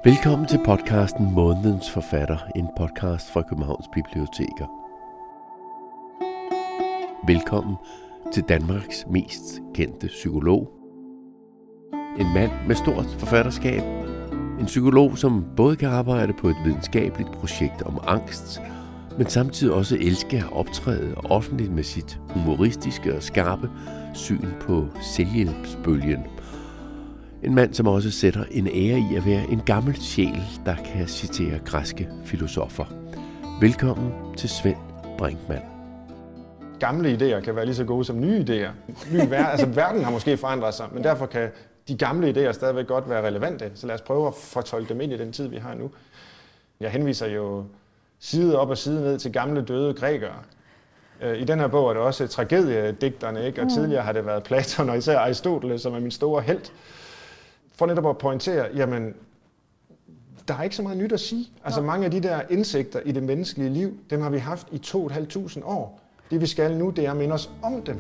Velkommen til podcasten Månedens Forfatter, en podcast fra Københavns Biblioteker. Velkommen til Danmarks mest kendte psykolog. En mand med stort forfatterskab. En psykolog, som både kan arbejde på et videnskabeligt projekt om angst, men samtidig også elsker at optræde offentligt med sit humoristiske og skarpe syn på selvhjælpsbølgen. En mand, som også sætter en ære i at være en gammel sjæl, der kan citere græske filosofer. Velkommen til Svend Brinkmann. Gamle idéer kan være lige så gode som nye idéer. Verden har måske forandret sig, men derfor kan de gamle idéer stadigvæk godt være relevante. Så lad os prøve at fortolke dem ind i den tid, vi har nu. Jeg henviser jo side op og side ned til gamle døde grækere. I den her bog er det også tragediedigterne, ikke? Og tidligere har det været Platon og især Aristoteles, som er min store helt. For netop at pointere, jamen, der er ikke så meget nyt at sige. Altså mange af de der indsigter i det menneskelige liv, dem har vi haft i 2.500 år. Det vi skal nu, det er at minde os om dem.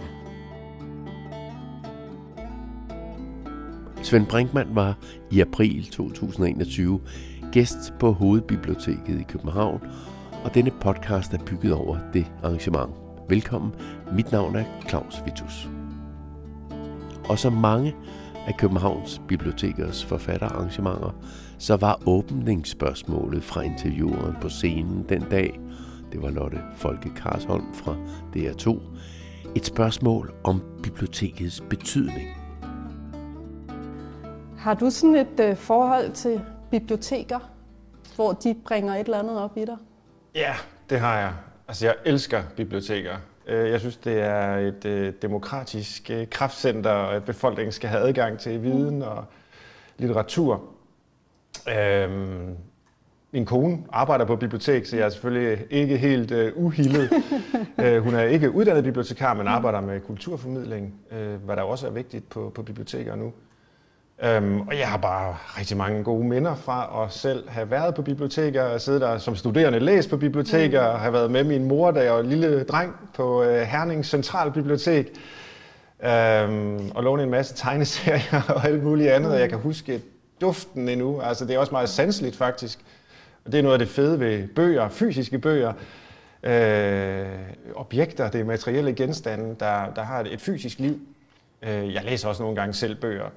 Svend Brinkmann var i april 2021 gæst på Hovedbiblioteket i København, og denne podcast er bygget over det arrangement. Velkommen, mit navn er Claus Vitus. Og som mange af Københavns Bibliotekers forfatterarrangementer, så var åbningsspørgsmålet fra intervieweren på scenen den dag, det var Lotte Folke Karsholm fra DR2, et spørgsmål om bibliotekets betydning. Har du sådan et forhold til biblioteker, hvor de bringer et eller andet op i dig? Ja, det har jeg. Altså, jeg elsker biblioteker. Jeg synes, det er et demokratisk kraftcenter, og at befolkningen skal have adgang til viden og litteratur. Min kone arbejder på bibliotek, så jeg er selvfølgelig ikke helt uhildet. Hun er ikke uddannet bibliotekar, men arbejder med kulturformidling, hvad der også er vigtigt på biblioteker nu. Og jeg har bare rigtig mange gode minder fra at selv have været på biblioteker, og sidde der som studerende, læst på biblioteker, og have været med min mor, da jeg var lille dreng på Herning Centralbibliotek, og låne en masse tegneserier og alt muligt andet, og jeg kan huske duften endnu. Altså, det er også meget sanseligt faktisk, og det er noget af det fede ved bøger, fysiske bøger, objekter, det er materielle genstande, der har et fysisk liv. Jeg læser også nogle gange selv bøger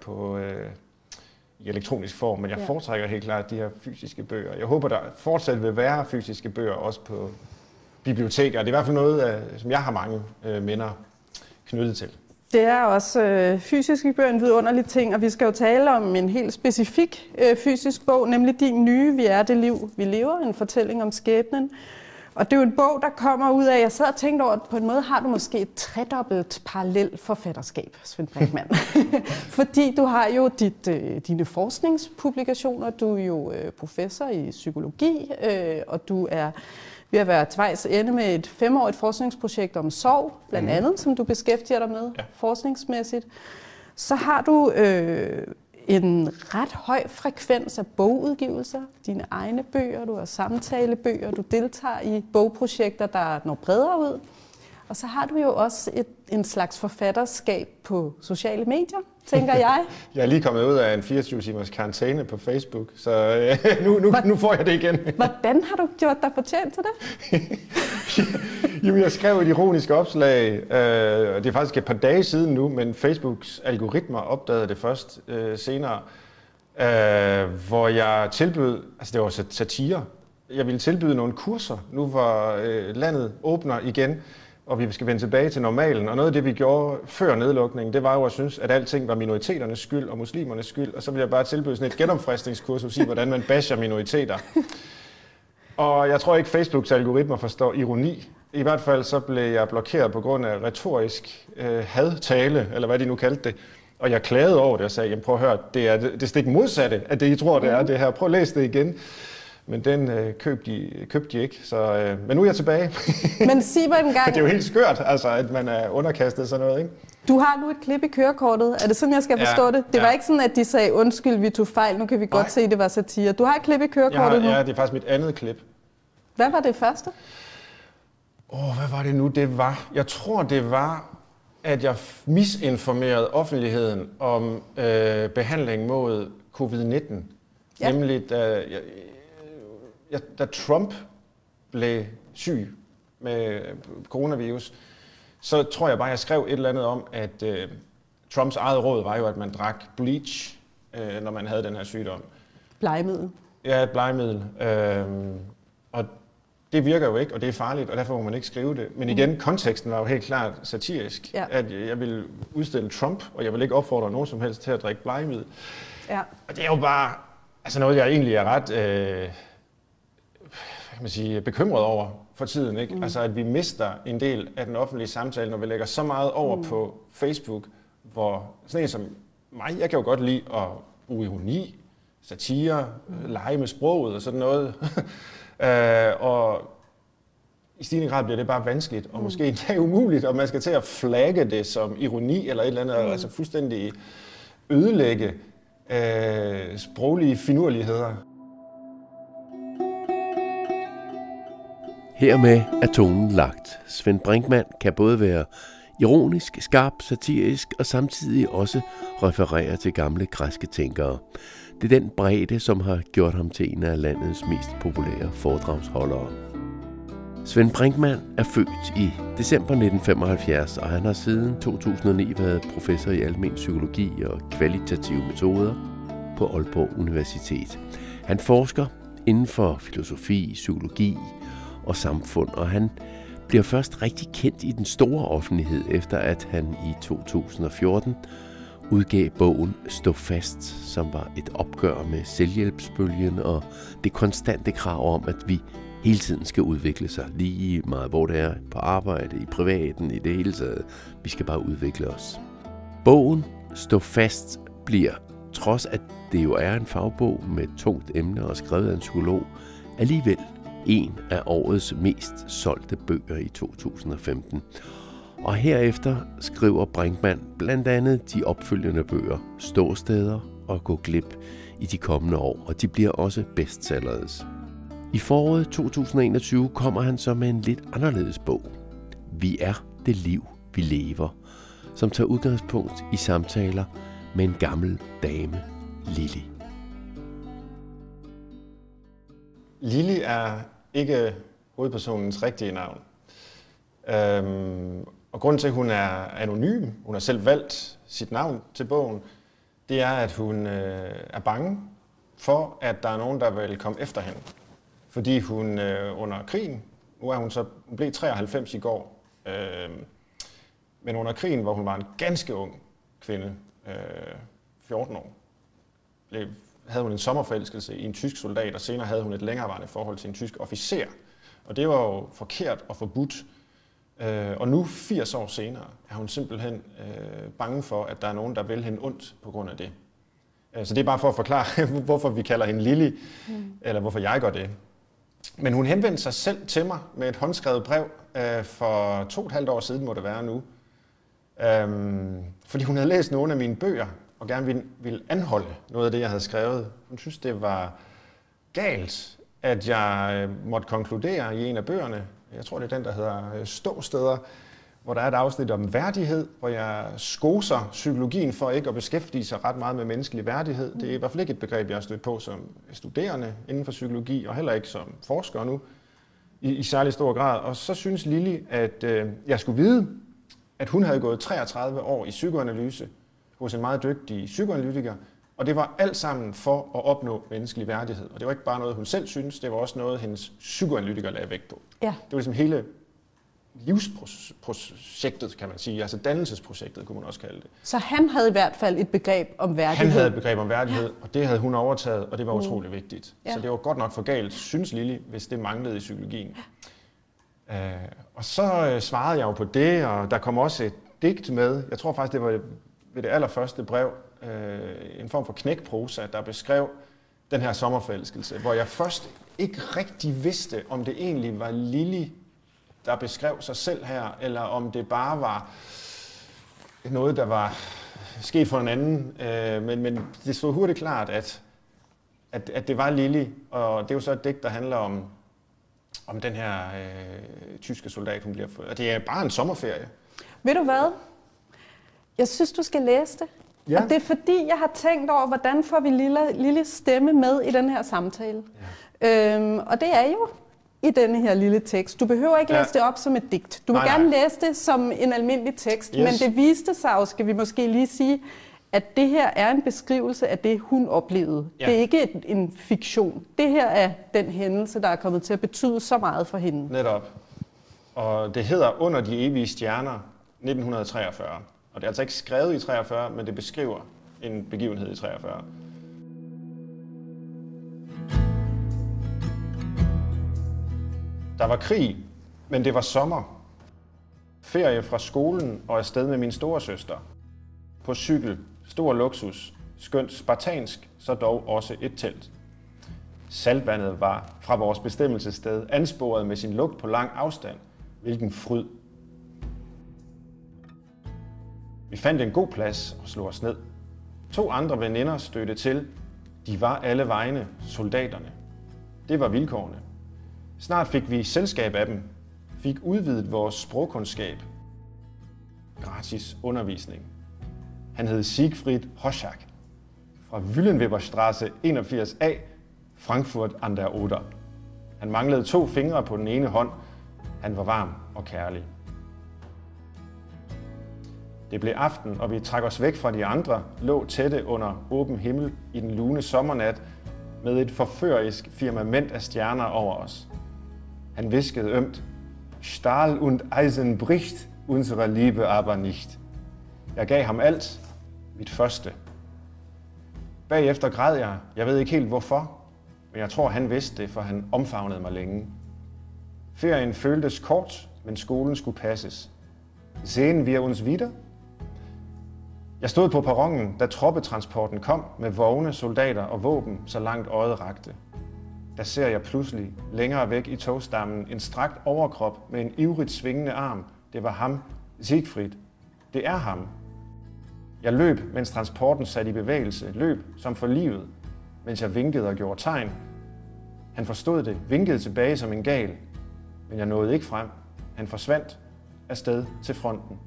i elektronisk form, men jeg foretrækker helt klart de her fysiske bøger. Jeg håber, der fortsat vil være fysiske bøger også på biblioteker. Det er i hvert fald noget, som jeg har mange minder knyttet til. Det er også fysiske bøger en vidunderlig ting, og vi skal jo tale om en helt specifik fysisk bog, nemlig din nye Vi er det liv, vi lever, en fortælling om skæbnen. Og det er jo en bog, der kommer ud af, jeg sad og tænkte over, at på en måde har du måske et tredobbelt parallelt forfatterskab, Svend Brinkmann. Fordi du har jo dine forskningspublikationer, du er jo professor i psykologi, og du er ved at være til vejs ende med et 5-årigt forskningsprojekt om sorg, blandt andet, som du beskæftiger dig med forskningsmæssigt. Så har du en ret høj frekvens af bogudgivelser, dine egne bøger, du har samtalebøger, du deltager i bogprojekter, der når bredere ud. Og så har du jo også en slags forfatterskab på sociale medier, tænker jeg. Jeg er lige kommet ud af en 24-timers karantæne på Facebook, så nu får jeg det igen. Hvordan har du gjort dig fortjent til det? Jamen, jeg skrev et ironisk opslag, det er faktisk et par dage siden nu, men Facebooks algoritmer opdagede det først senere, hvor jeg tilbød, altså det var satire, jeg ville tilbyde nogle kurser, nu hvor landet åbner igen, og vi skal vende tilbage til normalen. Og noget af det, vi gjorde før nedlukningen, det var jo at synes, at alting var minoriteternes skyld og muslimernes skyld, og så ville jeg bare tilbyde sådan et genomfriskningskursus i, hvordan man basher minoriteter. Og jeg tror ikke, Facebooks algoritmer forstår ironi. I hvert fald så blev jeg blokeret på grund af retorisk hadtale, eller hvad de nu kaldte det. Og jeg klagede over det og sagde, jamen prøv at høre, det er det stik modsatte af det, I tror, det er det her. Prøv at læse det igen. Men den købte de ikke, så, men nu er jeg tilbage. Men sig mig en gang. Det er jo helt skørt, altså, at man er underkastet sådan noget, ikke? Du har nu et klip i kørekortet. Er det sådan, jeg skal forstå det? Det var ikke sådan, at de sagde, undskyld, vi tog fejl, nu kan vi godt se, at det var satire. Du har et klip i kørekortet nu? Ja, det er faktisk mit andet klip. Hvad var det første? Hvad var det nu, det var? Jeg tror, det var, at jeg misinformerede offentligheden om behandling mod covid-19. Ja. Nemlig, da Trump blev syg med coronavirus, så tror jeg bare, jeg skrev et eller andet om, at Trumps eget råd var jo, at man drak bleach, når man havde den her sygdom. Blegemiddel. Ja, et blegemiddel. Og det virker jo ikke, og det er farligt, og derfor må man ikke skrive det. Men igen, konteksten var jo helt klart satirisk. Ja. At jeg ville udstille Trump, og jeg vil ikke opfordre nogen som helst til at drikke blegemiddel. Ja. Og det er jo bare noget, jeg egentlig er ret kan man sige, bekymret over for tiden. Ikke? Altså, at vi mister en del af den offentlige samtale, når vi lægger så meget over på Facebook, hvor sådan en som mig, jeg kan jo godt lide at bruge ironi, satire, lege med sproget og sådan noget. Og i stigende grad bliver det bare vanskeligt, og måske endda umuligt, og man skal til at flagge det som ironi eller et eller andet, altså fuldstændig ødelægge sproglige finurligheder. Hermed er tonen lagt. Svend Brinkmann kan både være ironisk, skarp, satirisk og samtidig også referere til gamle græske tænkere. Det er den bredde, som har gjort ham til en af landets mest populære foredragsholdere. Svend Brinkmann er født i december 1975, og han har siden 2009 været professor i almen psykologi og kvalitative metoder på Aalborg Universitet. Han forsker inden for filosofi, psykologi og samfund, og han bliver først rigtig kendt i den store offentlighed, efter at han i 2014 udgav bogen Stå fast, som var et opgør med selvhjælpsbølgen og det konstante krav om, at vi hele tiden skal udvikle sig, lige meget hvor det er, på arbejde, i privaten, i det hele taget. Vi skal bare udvikle os. Bogen Stå fast bliver, trods at det jo er en fagbog med et tungt emne og skrevet af en psykolog, alligevel en af årets mest solgte bøger i 2015. Og herefter skriver Brinkmann blandt andet de opfølgende bøger Ståsteder og Gå glip i de kommende år, og de bliver også bestsellers. I foråret 2021 kommer han så med en lidt anderledes bog. Vi er det liv, vi lever, som tager udgangspunkt i samtaler med en gammel dame, Lili. Lili er ikke hovedpersonens rigtige navn. Og grunden til, at hun er anonym, hun har selv valgt sit navn til bogen, det er, at hun er bange for, at der er nogen, der vil komme efter hende. Fordi hun under krigen, nu er hun blev 93 i går, men under krigen, hvor hun var en ganske ung kvinde, 14 år, havde hun en sommerforelskelse i en tysk soldat, og senere havde hun et længerevarende forhold til en tysk officer. Og det var jo forkert og forbudt. Og nu, 80 år senere, er hun simpelthen bange for, at der er nogen, der vil hende ondt på grund af det. Så det er bare for at forklare, hvorfor vi kalder hende Lili, eller hvorfor jeg gør det. Men hun henvendte sig selv til mig med et håndskrevet brev for 2,5 år siden, må det være nu. Fordi hun havde læst nogle af mine bøger, og gerne ville anholde noget af det, jeg havde skrevet. Hun synes, det var galt, at jeg måtte konkludere i en af bøgerne, jeg tror, det er den, der hedder Ståsteder, hvor der er et afsnit om værdighed, hvor jeg skoser psykologien for ikke at beskæftige sig ret meget med menneskelig værdighed. Det er i hvert fald ikke et begreb, jeg har stødt på som studerende inden for psykologi, og heller ikke som forsker nu, i særlig stor grad. Og så synes Lili, at jeg skulle vide, at hun havde gået 33 år i psykoanalyse hos en meget dygtig psykoanalytiker, og det var alt sammen for at opnå menneskelig værdighed. Og det var ikke bare noget, hun selv synes, det var også noget, hendes psykoanalytiker lagde vægt på. Ja. Det var ligesom hele livsprojektet, kan man sige. Altså dannelsesprojektet, kunne man også kalde det. Så han havde i hvert fald et begreb om værdighed? Han havde et begreb om værdighed, og det havde hun overtaget, og det var utrolig vigtigt. Ja. Så det var godt nok for galt, synes Lili, hvis det manglede i psykologien. Ja. Og så svarede jeg jo på det, og der kom også et digt med. Jeg tror faktisk, det var ved det allerførste brev, en form for knækprosa, der beskrev den her sommerforelskelse, hvor jeg først ikke rigtig vidste, om det egentlig var Lili, der beskrev sig selv her, eller om det bare var noget, der var sket for en anden. Men det stod hurtigt klart, at det var Lili, og det er jo så et digt, der handler om den her tyske soldat, hun bliver født. Og det er bare en sommerferie. Ved du hvad? Jeg synes, du skal læse det. Ja. Og det er fordi, jeg har tænkt over, hvordan får vi lille stemme med i den her samtale. Ja. Og det er jo i denne her lille tekst. Du behøver ikke læse det op som et digt. Du må gerne læse det som en almindelig tekst, men det viste sig jo, skal vi måske lige sige, at det her er en beskrivelse af det, hun oplevede. Ja. Det er ikke en fiktion. Det her er den hændelse, der er kommet til at betyde så meget for hende. Netop. Og det hedder Under de evige stjerner 1943. Og det er altså ikke skrevet i 43, men det beskriver en begivenhed i 43. Der var krig, men det var sommer. Ferie fra skolen og afsted med min storesøster. På cykel, stor luksus, skønt spartansk, så dog også et telt. Saltvandet var fra vores bestemmelsessted ansporet med sin lugt på lang afstand. Hvilken fryd. Vi fandt en god plads og slog os ned. 2 andre veninder stødte til. De var alle vegne soldaterne. Det var vilkårene. Snart fik vi selskab af dem. Fik udvidet vores sprogkundskab. Gratis undervisning. Han hed Siegfried Hoschak fra Wüllenweberstraße 81A, Frankfurt an der Oder. Han manglede 2 fingre på den ene hånd. Han var varm og kærlig. Det blev aften, og vi trak os væk fra de andre, lå tætte under åben himmel i den lune sommernat med et forførerisk firmament af stjerner over os. Han hviskede ømt, Stahl und Eisen bricht, unsere Liebe aber nicht. Jeg gav ham alt, mit første. Bagefter græd jeg ved ikke helt hvorfor, men jeg tror han vidste det, for han omfavnede mig længe. Ferien føltes kort, men skolen skulle passes. Sehen wir uns wieder? Jeg stod på perronen, da troppetransporten kom med vogne, soldater og våben, så langt øjet rakte. Der ser jeg pludselig længere væk i togstammen en strakt overkrop med en ivrigt svingende arm. Det var ham, Siegfried. Det er ham. Jeg løb, mens transporten satte i bevægelse. Løb som for livet, mens jeg vinkede og gjorde tegn. Han forstod det, vinkede tilbage som en gal, men jeg nåede ikke frem. Han forsvandt afsted til fronten.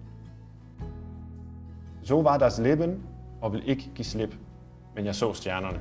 Så var das Leben og ville ikke give slip, men jeg så stjernerne.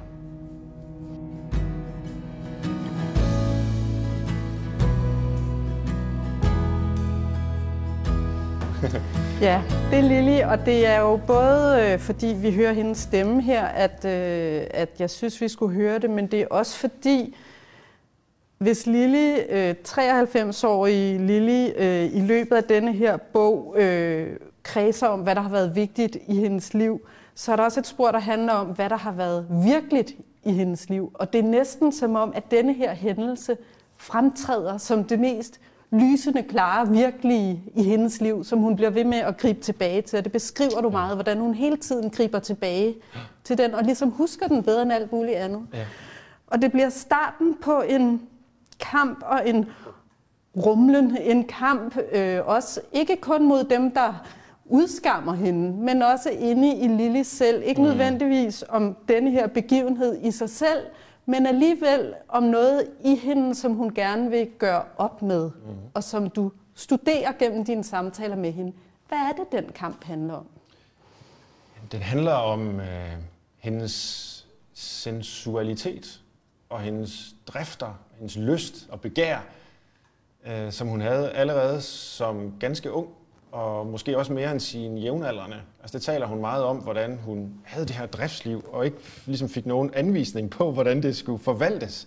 Ja, det er Lili, og det er jo både fordi vi hører hendes stemme her, at jeg synes, vi skulle høre det, men det er også fordi, hvis Lili, 93-årige Lili, i løbet af denne her bog kredser om, hvad der har været vigtigt i hendes liv, så er der også et spor, der handler om, hvad der har været virkeligt i hendes liv. Og det er næsten som om, at denne her hændelse fremtræder som det mest lysende, klare, virkelige i hendes liv, som hun bliver ved med at gribe tilbage til. Og det beskriver du meget, hvordan hun hele tiden griber tilbage til den, og ligesom husker den bedre end alt muligt andet. Ja. Og det bliver starten på en kamp og en rumlen, en kamp også ikke kun mod dem, der udskammer hende, men også inde i Lili selv. Ikke nødvendigvis om denne her begivenhed i sig selv, men alligevel om noget i hende, som hun gerne vil gøre op med, og som du studerer gennem dine samtaler med hende. Hvad er det, den kamp handler om? Den handler om hendes sensualitet og hendes drifter, hendes lyst og begær, som hun havde allerede som ganske ung, og måske også mere end sine jævnaldrende. Altså det taler hun meget om, hvordan hun havde det her driftsliv, og ikke ligesom fik nogen anvisning på, hvordan det skulle forvaltes.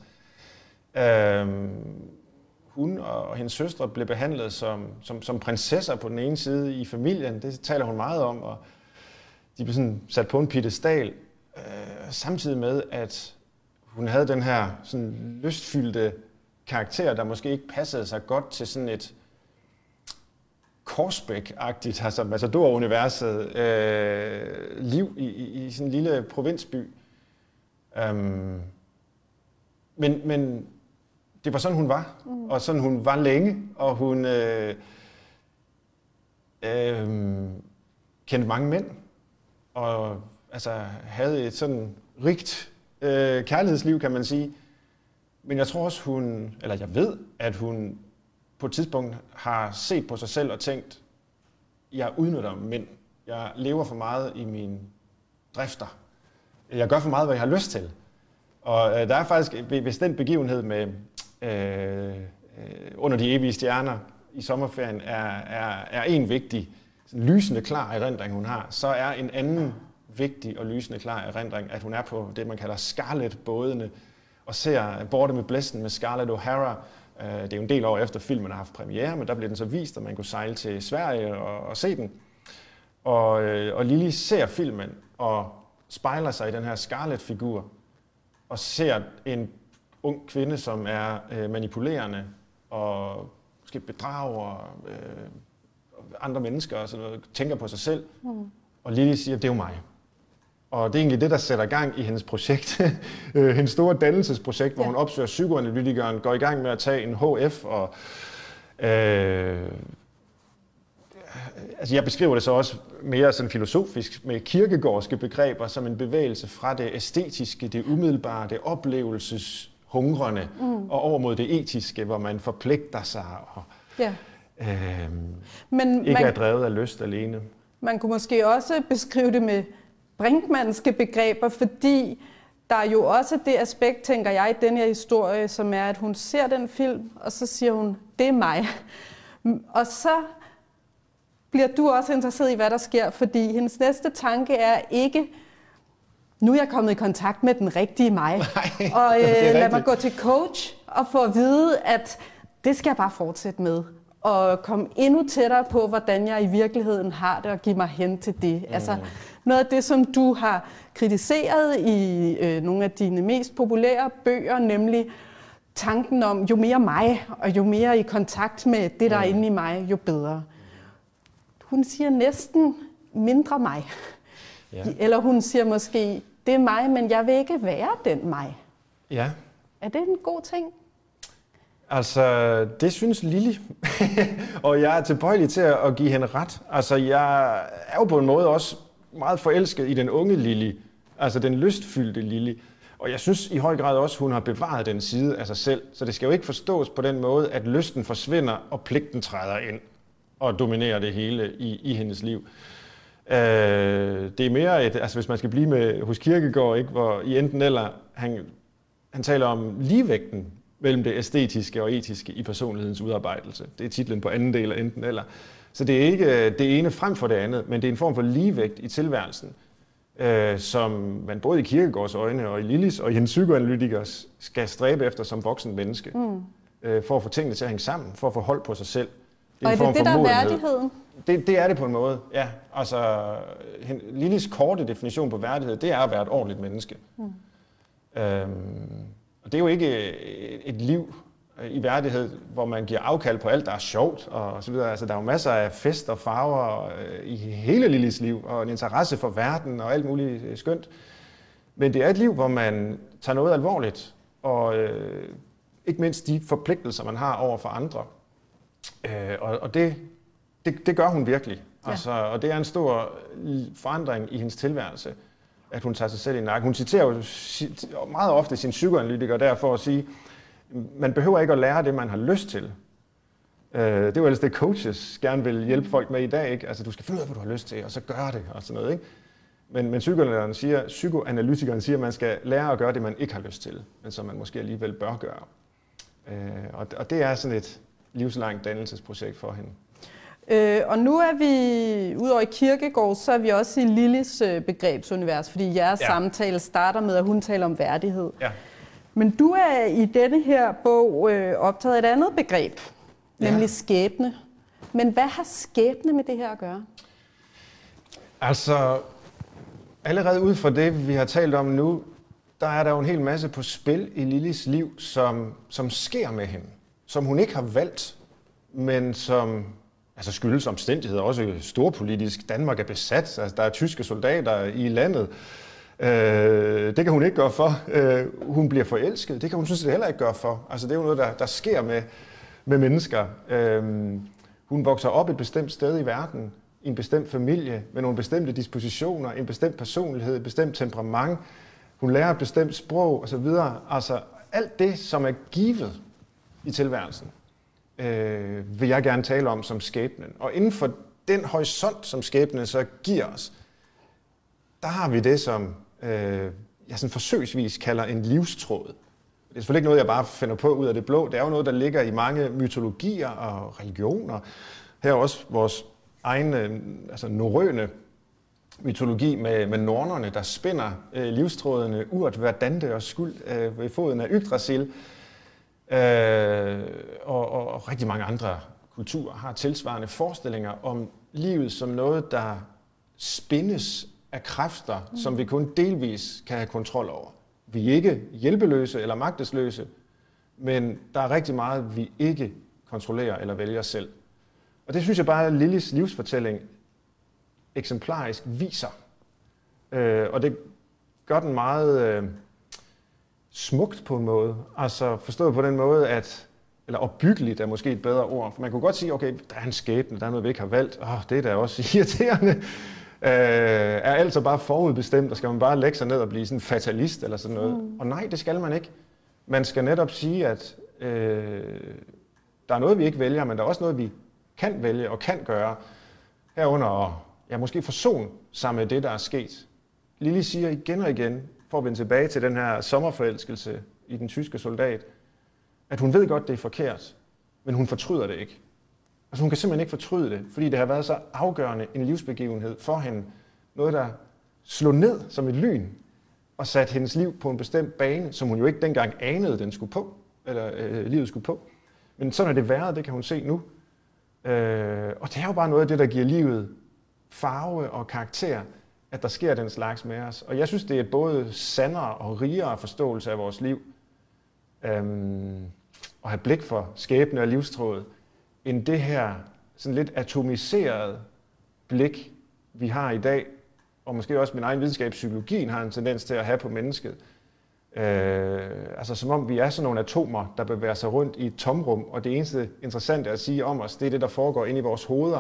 Hun og hendes søstre blev behandlet som prinsesser på den ene side i familien. Det taler hun meget om, og de blev sådan sat på en piedestal, samtidig med, at hun havde den her sådan lystfyldte karakter, der måske ikke passede sig godt til sådan et Korsbæk-agtigt, altså Matador-universet, liv i sådan en lille provinsby. Men det var sådan, hun var, og sådan hun var længe, og hun kendte mange mænd, og altså havde et sådan rigt kærlighedsliv, kan man sige. Men jeg tror også, jeg ved, at hun på et tidspunkt har set på sig selv og tænkt, jeg udnytter mænd. Jeg lever for meget i min drifter. Jeg gør for meget, hvad jeg har lyst til. Og der er faktisk, hvis den begivenhed med under de evige stjerner i sommerferien er en vigtig, lysende klar erindring, hun har, så er en anden vigtig og lysende klar erindring, at hun er på det, man kalder Scarlett-bådene, og ser Borte med blæsten med Scarlett O'Hara. Det er jo en del år efter filmen har haft premiere, men der blev den så vist, og man kunne sejle til Sverige og se den. Og Lily ser filmen og spejler sig i den her Scarlett-figur, og ser en ung kvinde, som er manipulerende og måske bedrager andre mennesker og sådan noget, tænker på sig selv. Og Lily siger, det er jo mig. Og det er egentlig det, der sætter gang i hendes projekt. Hendes store dannelsesprojekt, hvor hun opsøger psykoanalytikeren, går i gang med at tage en HF. Og, altså jeg beskriver det så også mere sådan filosofisk med kirkegårdske begreber som en bevægelse fra det æstetiske, det umiddelbare, det oplevelseshungrende og over mod det etiske, hvor man forpligter sig og ikke er drevet af lyst alene. Man kunne måske også beskrive det med brinkmannske begreber, fordi der er jo også det aspekt, tænker jeg, i den her historie, som er, at hun ser den film, og så siger hun, det er mig. Og så bliver du også interesseret i, hvad der sker, fordi hendes næste tanke er ikke, nu er jeg kommet i kontakt med den rigtige mig, og lad mig gå til coach og få at vide, at det skal jeg bare fortsætte med. Og komme endnu tættere på, hvordan jeg i virkeligheden har det, og give mig hen til det. Altså noget af det, som du har kritiseret i nogle af dine mest populære bøger, nemlig tanken om, jo mere mig, og jo mere i kontakt med det, der er inde i mig, jo bedre. Hun siger næsten mindre mig. Ja. Eller hun siger måske, det er mig, men jeg vil ikke være den mig. Ja. Er det en god ting? Altså, det synes Lily, og jeg er tilbøjelig til at give hende ret. Altså, jeg er jo på en måde også meget forelsket i den unge Lily, altså den lystfyldte Lily. Og jeg synes i høj grad også, hun har bevaret den side af sig selv. Så det skal jo ikke forstås på den måde, at lysten forsvinder, og pligten træder ind og dominerer det hele i hendes liv. Det er mere altså hvis man skal blive med hos Kierkegaard, ikke, hvor i enten eller, han taler om ligevægten mellem det æstetiske og etiske i personlighedens udarbejdelse. Det er titlen på anden del af enten eller. Så det er ikke det ene frem for det andet, men det er en form for ligevægt i tilværelsen, som man både i Kierkegaards øjne og i Lillys og i hendes psykoanalytikers skal stræbe efter som voksen menneske, for at få tingene til at hænge sammen, for at få hold på sig selv. Og er det det, der er værdigheden? Det er det på en måde, ja. Altså, Lillys korte definition på værdighed, det er at være et ordentligt menneske. Og det er jo ikke et liv i værdighed, hvor man giver afkald på alt, der er sjovt og så videre. Altså, der er jo masser af fest og farver i hele Lillys liv, og en interesse for verden og alt muligt skønt. Men det er et liv, hvor man tager noget alvorligt, og ikke mindst de forpligtelser, man har over for andre. Og det gør hun virkelig. Ja. Altså, og det er en stor forandring i hendes tilværelse, at hun tager sig selv i nakken. Hun citerer jo meget ofte sin psykoanalytiker der for at sige, man behøver ikke at lære det, man har lyst til. Det er jo ellers det, coaches gerne vil hjælpe folk med i dag, ikke? Altså, du skal finde ud af, hvad du har lyst til, og så gør det, og sådan noget, ikke? Men psykoanalytikeren siger, at man skal lære at gøre det, man ikke har lyst til, men som man måske alligevel bør gøre. Og det er sådan et livslangt dannelsesprojekt for hende. Og nu er vi, udover i Kierkegaard, så er vi også i Lillys begrebsunivers, fordi jeres samtale starter med, at hun taler om værdighed. Ja. Men du er i denne her bog optaget af et andet begreb, nemlig skæbne. Men hvad har skæbne med det her at gøre? Altså, allerede ud fra det, vi har talt om nu, der er der jo en hel masse på spil i Lillys liv, som sker med hende. Som hun ikke har valgt, men som skyldes omstændigheder, også storpolitisk. Danmark er besat, altså der er tyske soldater i landet. Det kan hun ikke gøre for. Hun bliver forelsket, det kan hun synes det heller ikke gøre for. Altså det er jo noget, der sker med mennesker. Hun vokser op et bestemt sted i verden, i en bestemt familie, med nogle bestemte dispositioner, en bestemt personlighed, et bestemt temperament. Hun lærer et bestemt sprog osv. Altså alt det, som er givet i tilværelsen, vil jeg gerne tale om som skæbnen. Og inden for den horisont, som skæbnen så giver os, der har vi det, som jeg sådan forsøgsvis kalder en livstråd. Det er selvfølgelig ikke noget, jeg bare finder på ud af det blå. Det er jo noget, der ligger i mange mytologier og religioner. Her er også vores egen norrøne mytologi med nornerne, der spinder livstrådene Urd, Verdante og Skuld ved foden af Yggdrasil. Og rigtig mange andre kulturer har tilsvarende forestillinger om livet som noget, der spindes af kræfter, som vi kun delvis kan have kontrol over. Vi er ikke hjælpeløse eller magtesløse, men der er rigtig meget, vi ikke kontrollerer eller vælger selv. Og det synes jeg bare, at Lillys livsfortælling eksemplarisk viser. Og det gør den meget smukt på en måde. Altså forstået på den måde, eller opbyggeligt er måske et bedre ord. For man kunne godt sige, okay, der er en skæbne, der er noget, vi ikke har valgt. Det er da også irriterende. Er altså bare forudbestemt, og skal man bare lægge sig ned og blive sådan en fatalist eller sådan noget. Og nej, det skal man ikke. Man skal netop sige, at der er noget, vi ikke vælger, men der er også noget, vi kan vælge og kan gøre. Herunder måske forsone sig med det, der er sket. Lilly siger igen og igen, for at vende tilbage til den her sommerforelskelse i den tyske soldat, at hun ved godt, det er forkert, men hun fortryder det ikke. Altså hun kan simpelthen ikke fortryde det, fordi det har været så afgørende en livsbegivenhed for hende. Noget, der slog ned som et lyn og satte hendes liv på en bestemt bane, som hun jo ikke dengang anede, den skulle på, eller livet skulle på. Men sådan er det været, det kan hun se nu. Og det er jo bare noget af det, der giver livet farve og karakter, at der sker den slags med os. Og jeg synes, det er både sandere og rigere forståelse af vores liv, at have blik for skæbne og livstråd, end det her sådan lidt atomiserede blik, vi har i dag, og måske også min egen videnskab, psykologien, har en tendens til at have på mennesket. Altså som om vi er sådan nogle atomer, der bevæger sig rundt i et tomrum, og det eneste interessante at sige om os, det er det, der foregår inde i vores hoveder.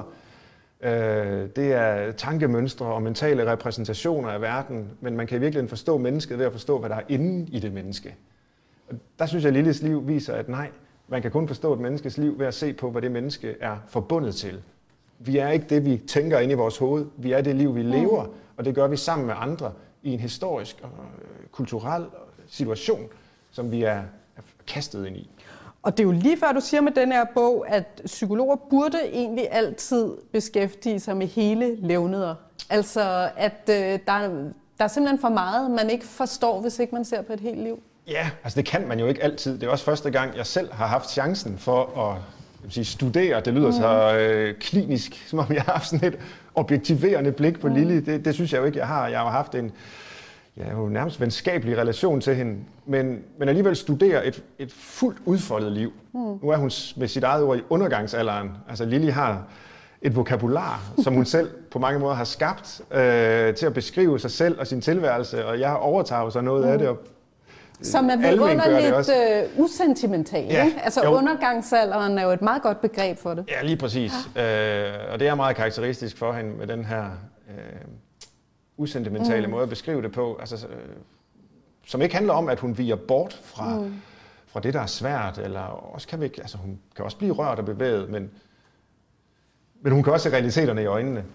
Det er tankemønstre og mentale repræsentationer af verden, men man kan virkelig forstå mennesket ved at forstå, hvad der er inde i det menneske. Og der synes jeg, at Lillys liv viser, at nej, man kan kun forstå et menneskes liv ved at se på, hvad det menneske er forbundet til. Vi er ikke det, vi tænker inde i vores hoved. Vi er det liv, vi lever, og det gør vi sammen med andre i en historisk og kulturel situation, som vi er kastet ind i. Og det er jo lige før, du siger med den her bog, at psykologer burde egentlig altid beskæftige sig med hele levneder. Altså, at der er simpelthen for meget, man ikke forstår, hvis ikke man ser på et helt liv. Ja, altså det kan man jo ikke altid. Det er også første gang, jeg selv har haft chancen for at studere. Det lyder så klinisk, som om jeg har haft sådan et objektiverende blik på Lilly. Det synes jeg jo ikke, jeg har. Jeg har haft en jo nærmest venskabelig relation til hende, men alligevel studere et fuldt udfoldet liv. Nu er hun med sit eget ord i undergangsalderen. Altså Lilly har et vokabular, som hun selv på mange måder har skabt til at beskrive sig selv og sin tilværelse, og jeg overtager så noget af det. Og som er vidunderligt usentimental, ja, ikke? Altså jo. Undergangsalderen er jo et meget godt begreb for det. Ja, lige præcis. Og det er meget karakteristisk for hende med den her usentimentale måde at beskrive det på, altså, som ikke handler om, at hun viger bort fra det, der er svært, eller også kan hun kan også blive rørt og bevæget, men hun kan også se realiteterne i øjnene.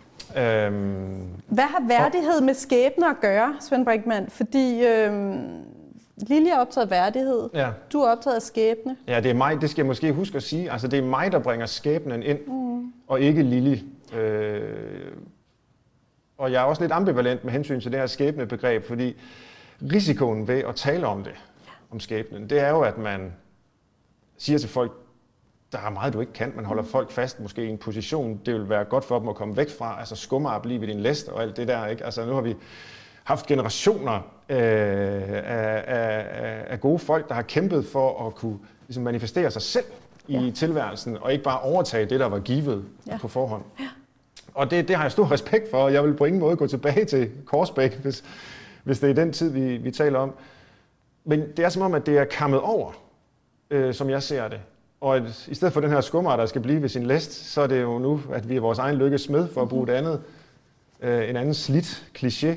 Hvad har værdighed med skæbne at gøre, Svend Brinkmann? Fordi Lilly er optaget af værdighed, ja. Du er optaget af skæbne. Ja, det er mig, det skal jeg måske huske at sige. Altså, det er mig, der bringer skæbnen ind, og ikke Lilly. Og jeg er også lidt ambivalent med hensyn til det her skæbnebegreb, fordi risikoen ved at tale om det, om skæbnen, det er jo, at man siger til folk, der er meget, du ikke kan. Man holder folk fast måske i en position, det vil være godt for dem at komme væk fra, altså skummer at blive ved din læst og alt det der, ikke? Altså nu har vi haft generationer af gode folk, der har kæmpet for at kunne ligesom manifestere sig selv i tilværelsen, og ikke bare overtage det, der var givet på forhånd. Ja. Og det har jeg stor respekt for, og jeg vil på ingen måde gå tilbage til Korsbæk, hvis det er den tid, vi taler om. Men det er som om, at det er kammet over, som jeg ser det. Og at, i stedet for den her skummer, der skal blive ved sin læst, så er det jo nu, at vi er vores egen lykkes smed, for at bruge et andet, en anden slidt kliché.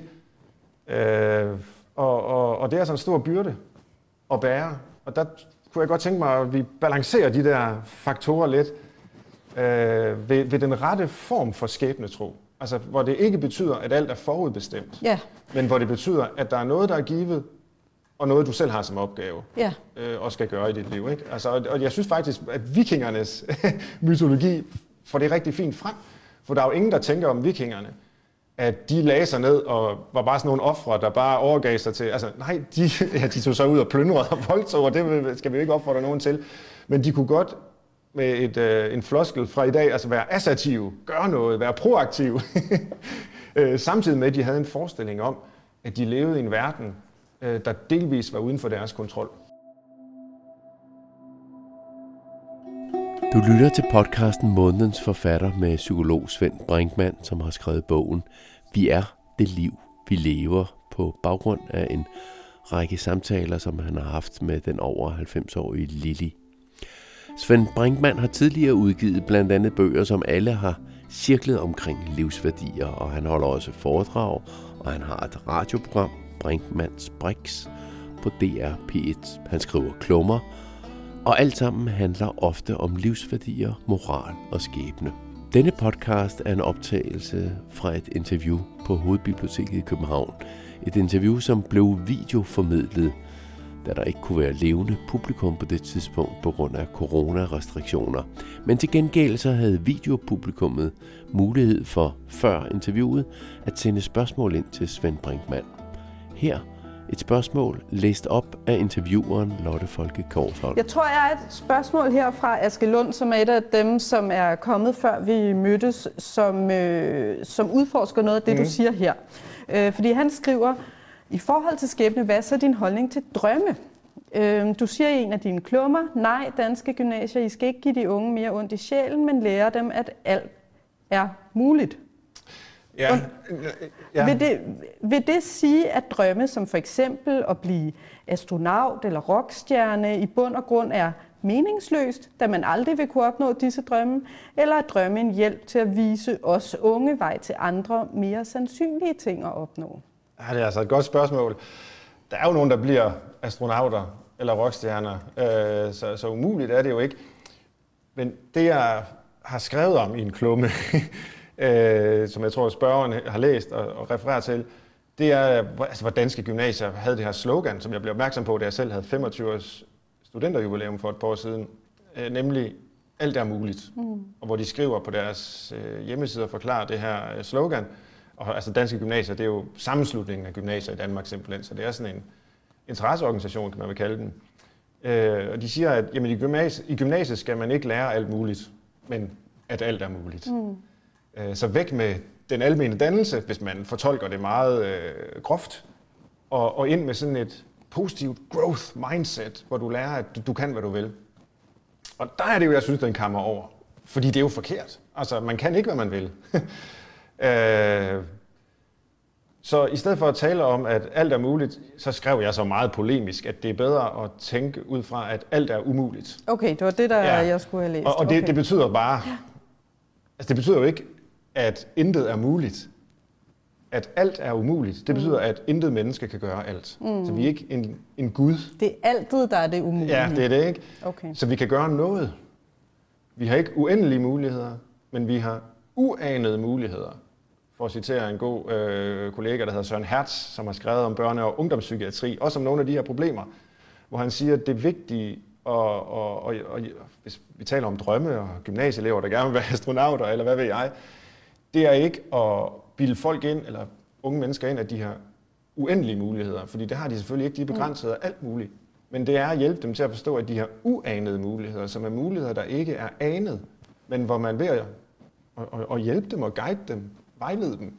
Og det er sådan en stor byrde at bære. Og der kunne jeg godt tænke mig, at vi balancerer de der faktorer lidt ved den rette form for skæbnetro. Altså, hvor det ikke betyder, at alt er forudbestemt, men hvor det betyder, at der er noget, der er givet, og noget, du selv har som opgave, og skal gøre i dit liv. Ikke? Altså, og jeg synes faktisk, at vikingernes mytologi får det rigtig fint frem, for der er jo ingen, der tænker om vikingerne, at de lagde sig ned og var bare sådan nogle ofre, der bare overgav sig til... Altså, nej, de tog så ud og plyndrede og voldtog, og det skal vi ikke opfordre nogen til. Men de kunne godt med en floskel fra i dag, altså være assertive, gøre noget, være proaktive. Samtidig med, at de havde en forestilling om, at de levede i en verden, der delvis var uden for deres kontrol. Du lytter til podcasten Månedens Forfatter med psykolog Svend Brinkmann, som har skrevet bogen Vi er det liv, vi lever, på baggrund af en række samtaler, som han har haft med den over 90-årige Lili. Svend Brinkmann har tidligere udgivet blandt andet bøger, som alle har cirklet omkring livsværdier, og han holder også foredrag, og han har et radioprogram, Brinkmanns Brix, på DR P1. Han skriver klummer, og alt sammen handler ofte om livsværdier, moral og skæbne. Denne podcast er en optagelse fra et interview på Hovedbiblioteket i København. Et interview, som blev videoformidlet, da der ikke kunne være levende publikum på det tidspunkt på grund af coronarestriktioner. Men til gengæld så havde videopublikummet mulighed for, før interviewet, at sende spørgsmål ind til Svend Brinkmann. Her et spørgsmål læst op af intervieweren Lotte Folke Korsholm. Jeg tror, jeg har et spørgsmål her fra Aske Lund, som er et af dem, som er kommet før vi mødtes, som udforsker noget af det, du siger her. Fordi han skriver, i forhold til skæbne, hvad er så din holdning til drømme? Du siger i en af dine klummer, nej, danske gymnasier, I skal ikke give de unge mere ondt i sjælen, men lære dem, at alt er muligt. Ja. Vil det sige, at drømme som for eksempel at blive astronaut eller rockstjerne i bund og grund er meningsløst, da man aldrig vil kunne opnå disse drømme, eller er drømme en hjælp til at vise os unge vej til andre mere sandsynlige ting at opnå? Ja, det er altså et godt spørgsmål. Der er jo nogen, der bliver astronauter eller rockstjerner, så umuligt er det jo ikke. Men det, jeg har skrevet om i en klumme, som jeg tror, spørgeren har læst og refererer til, det er, altså, hvor danske gymnasier havde det her slogan, som jeg blev opmærksom på, da jeg selv havde 25-års studenterjubilæum for et par år siden, nemlig alt er muligt. Og hvor de skriver på deres hjemmeside og forklarer det her slogan. Og altså danske gymnasier, det er jo sammenslutningen af gymnasier i Danmark simpelthen, så det er sådan en interesseorganisation, kan man vel kalde den. Og de siger, at jamen, i gymnasiet skal man ikke lære alt muligt, men at alt er muligt. Så væk med den almene dannelse, hvis man fortolker det meget groft, og ind med sådan et positivt growth mindset, hvor du lærer, at du kan, hvad du vil. Og der er det jo, jeg synes, den kammer over. Fordi det er jo forkert. Altså, man kan ikke, hvad man vil. Så i stedet for at tale om, at alt er muligt, så skrev jeg så meget polemisk, at det er bedre at tænke ud fra, at alt er umuligt. Okay, det var det, jeg skulle have læst. Og det betyder bare... Altså, det betyder jo ikke, at intet er muligt. At alt er umuligt. Det betyder, at intet menneske kan gøre alt. Så vi er ikke en Gud. Det er altid, der er det umulige. Ja, det er det ikke. Okay. Så vi kan gøre noget. Vi har ikke uendelige muligheder, men vi har uanede muligheder. For at citere en god kollega, der hedder Søren Hertz, som har skrevet om børne- og ungdomspsykiatri, også om nogle af de her problemer, hvor han siger, at det vigtige, og hvis vi taler om drømme og gymnasieelever, der gerne vil være astronauter, eller hvad ved jeg, det er ikke at bilde folk ind, eller unge mennesker ind, at de har uendelige muligheder, fordi det har de selvfølgelig ikke, de er begrænset af alt muligt. Men det er at hjælpe dem til at forstå, at de har uanede muligheder, som er muligheder, der ikke er anet, men hvor man ved at hjælpe dem og guide dem, vejlede dem,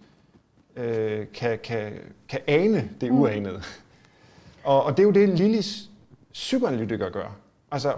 kan ane det uanede. Og det er jo det, Lilis psykoanalytiker gør. Altså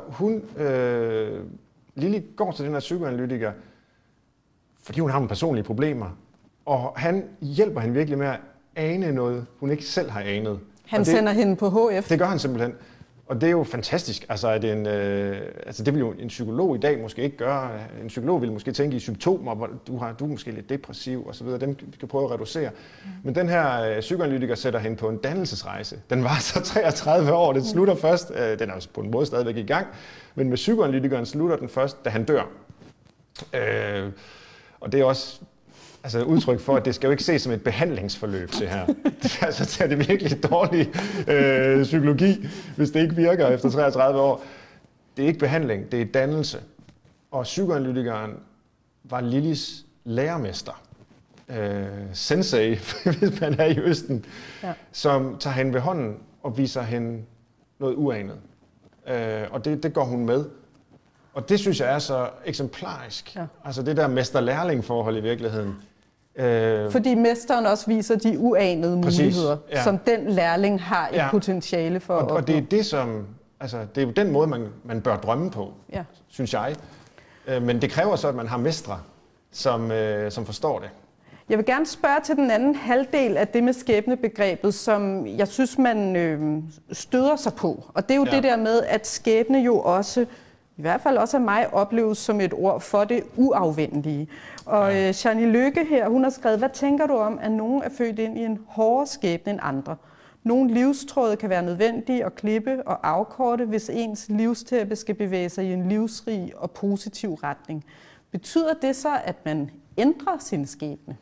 Lili går til den her psykoanalytiker, fordi hun har nogle personlige problemer, og han hjælper hende virkelig med at ane noget, hun ikke selv har anet. Han sender hende på HF. Det gør han simpelthen. Og det er jo fantastisk. Altså, det vil jo en psykolog i dag måske ikke gøre. En psykolog vil måske tænke i symptomer, hvor du er måske lidt depressiv og så videre. Dem kan prøve at reducere. Men den her psykoanalytiker sætter hende på en dannelsesrejse. Den var så 33 år. Den slutter først. Den er jo på en måde stadigvæk i gang. Men med psykoanalytikeren slutter den først, da han dør. Og det er også altså udtryk for, at det skal jo ikke ses som et behandlingsforløb, det her. Altså, det er det virkelig dårlig psykologi, hvis det ikke virker efter 33 år. Det er ikke behandling, det er dannelse. Og psykoanalytikeren var Lillys lærermester, sensei, hvis man er i Østen, som tager hende ved hånden og viser hende noget uanet. Og det går hun med. Og det synes jeg er så eksemplarisk. Ja. Altså det der mester-lærling-forhold i virkeligheden. Fordi mesteren også viser de uanede muligheder, som den lærling har et potentiale for at opnå. Og det er det, som... Altså, det er jo den måde, man bør drømme på, synes jeg. Men det kræver så, at man har mestre, som forstår det. Jeg vil gerne spørge til den anden halvdel af det med skæbnebegrebet, som jeg synes, man støder sig på. Og det er jo det der med, at skæbne jo også, i hvert fald også af mig, opleves som et ord for det uafvendelige. Og Jeannie Lykke her, hun har skrevet, hvad tænker du om, at nogen er født ind i en hårdere skæbne end andre? Nogle livstråde kan være nødvendige at klippe og afkorte, hvis ens livstæppe skal bevæge sig i en livsrig og positiv retning. Betyder det så, at man ændrer sin skæbne?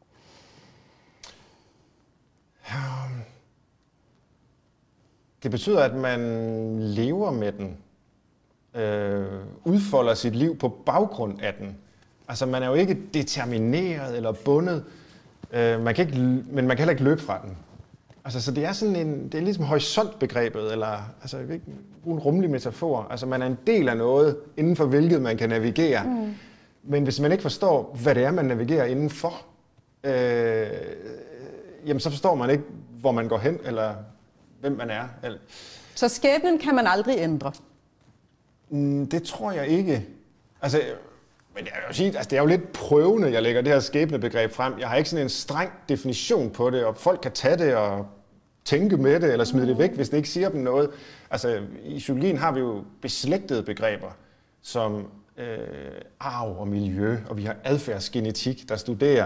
Det betyder, at man lever med den, udfolder sit liv på baggrund af den. Altså man er jo ikke determineret eller bundet, men man kan heller ikke løbe fra den. Altså, så det er sådan det er ligesom horisontbegrebet, eller altså, jeg vil ikke bruge en rummelig metafor. Altså, man er en del af noget, inden for hvilket man kan navigere. Mm. Men hvis man ikke forstår, hvad det er, man navigerer indenfor, jamen, så forstår man ikke, hvor man går hen, eller hvem man er. Eller... Så skæbnen kan man aldrig ændre? Det tror jeg ikke. Altså, men jeg vil sige, altså, det er jo lidt prøvende, jeg lægger det her skæbnebegreb frem. Jeg har ikke sådan en streng definition på det, og folk kan tage det og tænke med det, eller smide det væk, hvis det ikke siger dem noget. Altså, i psykologien har vi jo beslægtede begreber, som arv og miljø, og vi har adfærdsgenetik, der studerer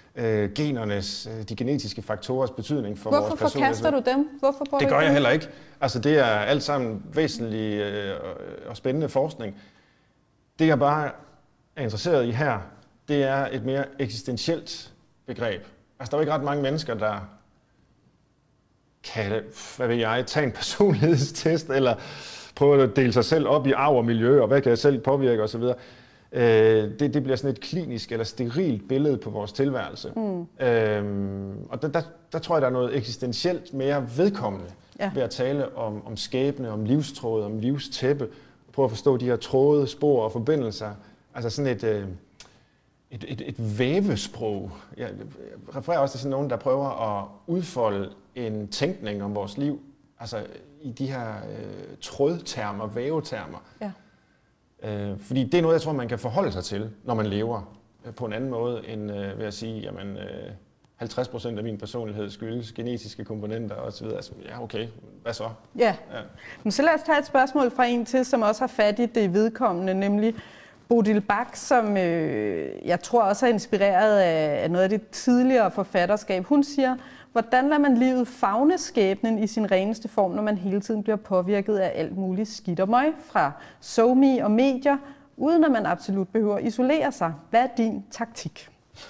de genetiske faktorers betydning for vores personlighed. Hvorfor forkaster du dem? Hvorfor det gør jeg heller ikke. Altså, det er alt sammen væsentlig og spændende forskning. Det jeg bare er interesseret i her, det er et mere eksistentielt begreb. Altså, der er jo ikke ret mange mennesker, der kan, tage en personlighedstest, eller prøve at dele sig selv op i arv og miljø, og hvad kan jeg selv påvirke osv. Det bliver sådan et klinisk eller sterilt billede på vores tilværelse. Og der tror jeg, der er noget eksistentielt mere vedkommende ved at tale om skæbne, om livstråd, om livstæppe, prøve at forstå de her tråde, spor og forbindelser. Altså sådan et vævesprog. Jeg refererer også til sådan nogen, der prøver at udfolde en tænkning om vores liv, altså i de her trådtermer, vævetermer. Ja. Fordi det er noget, jeg tror, man kan forholde sig til, når man lever på en anden måde, end ved at sige, jamen 50% af min personlighed skyldes genetiske komponenter osv. Altså, ja, okay, hvad så? Ja. Men så lad os tage et spørgsmål fra en til, som også har fat i det vedkommende, nemlig Bodil Bach, som jeg tror også er inspireret af noget af det tidligere forfatterskab. Hun siger, hvordan lader man livet favne skæbnen i sin reneste form, når man hele tiden bliver påvirket af alt muligt skidt og møg fra SoMe og medier, uden at man absolut behøver at isolere sig? Hvad er din taktik?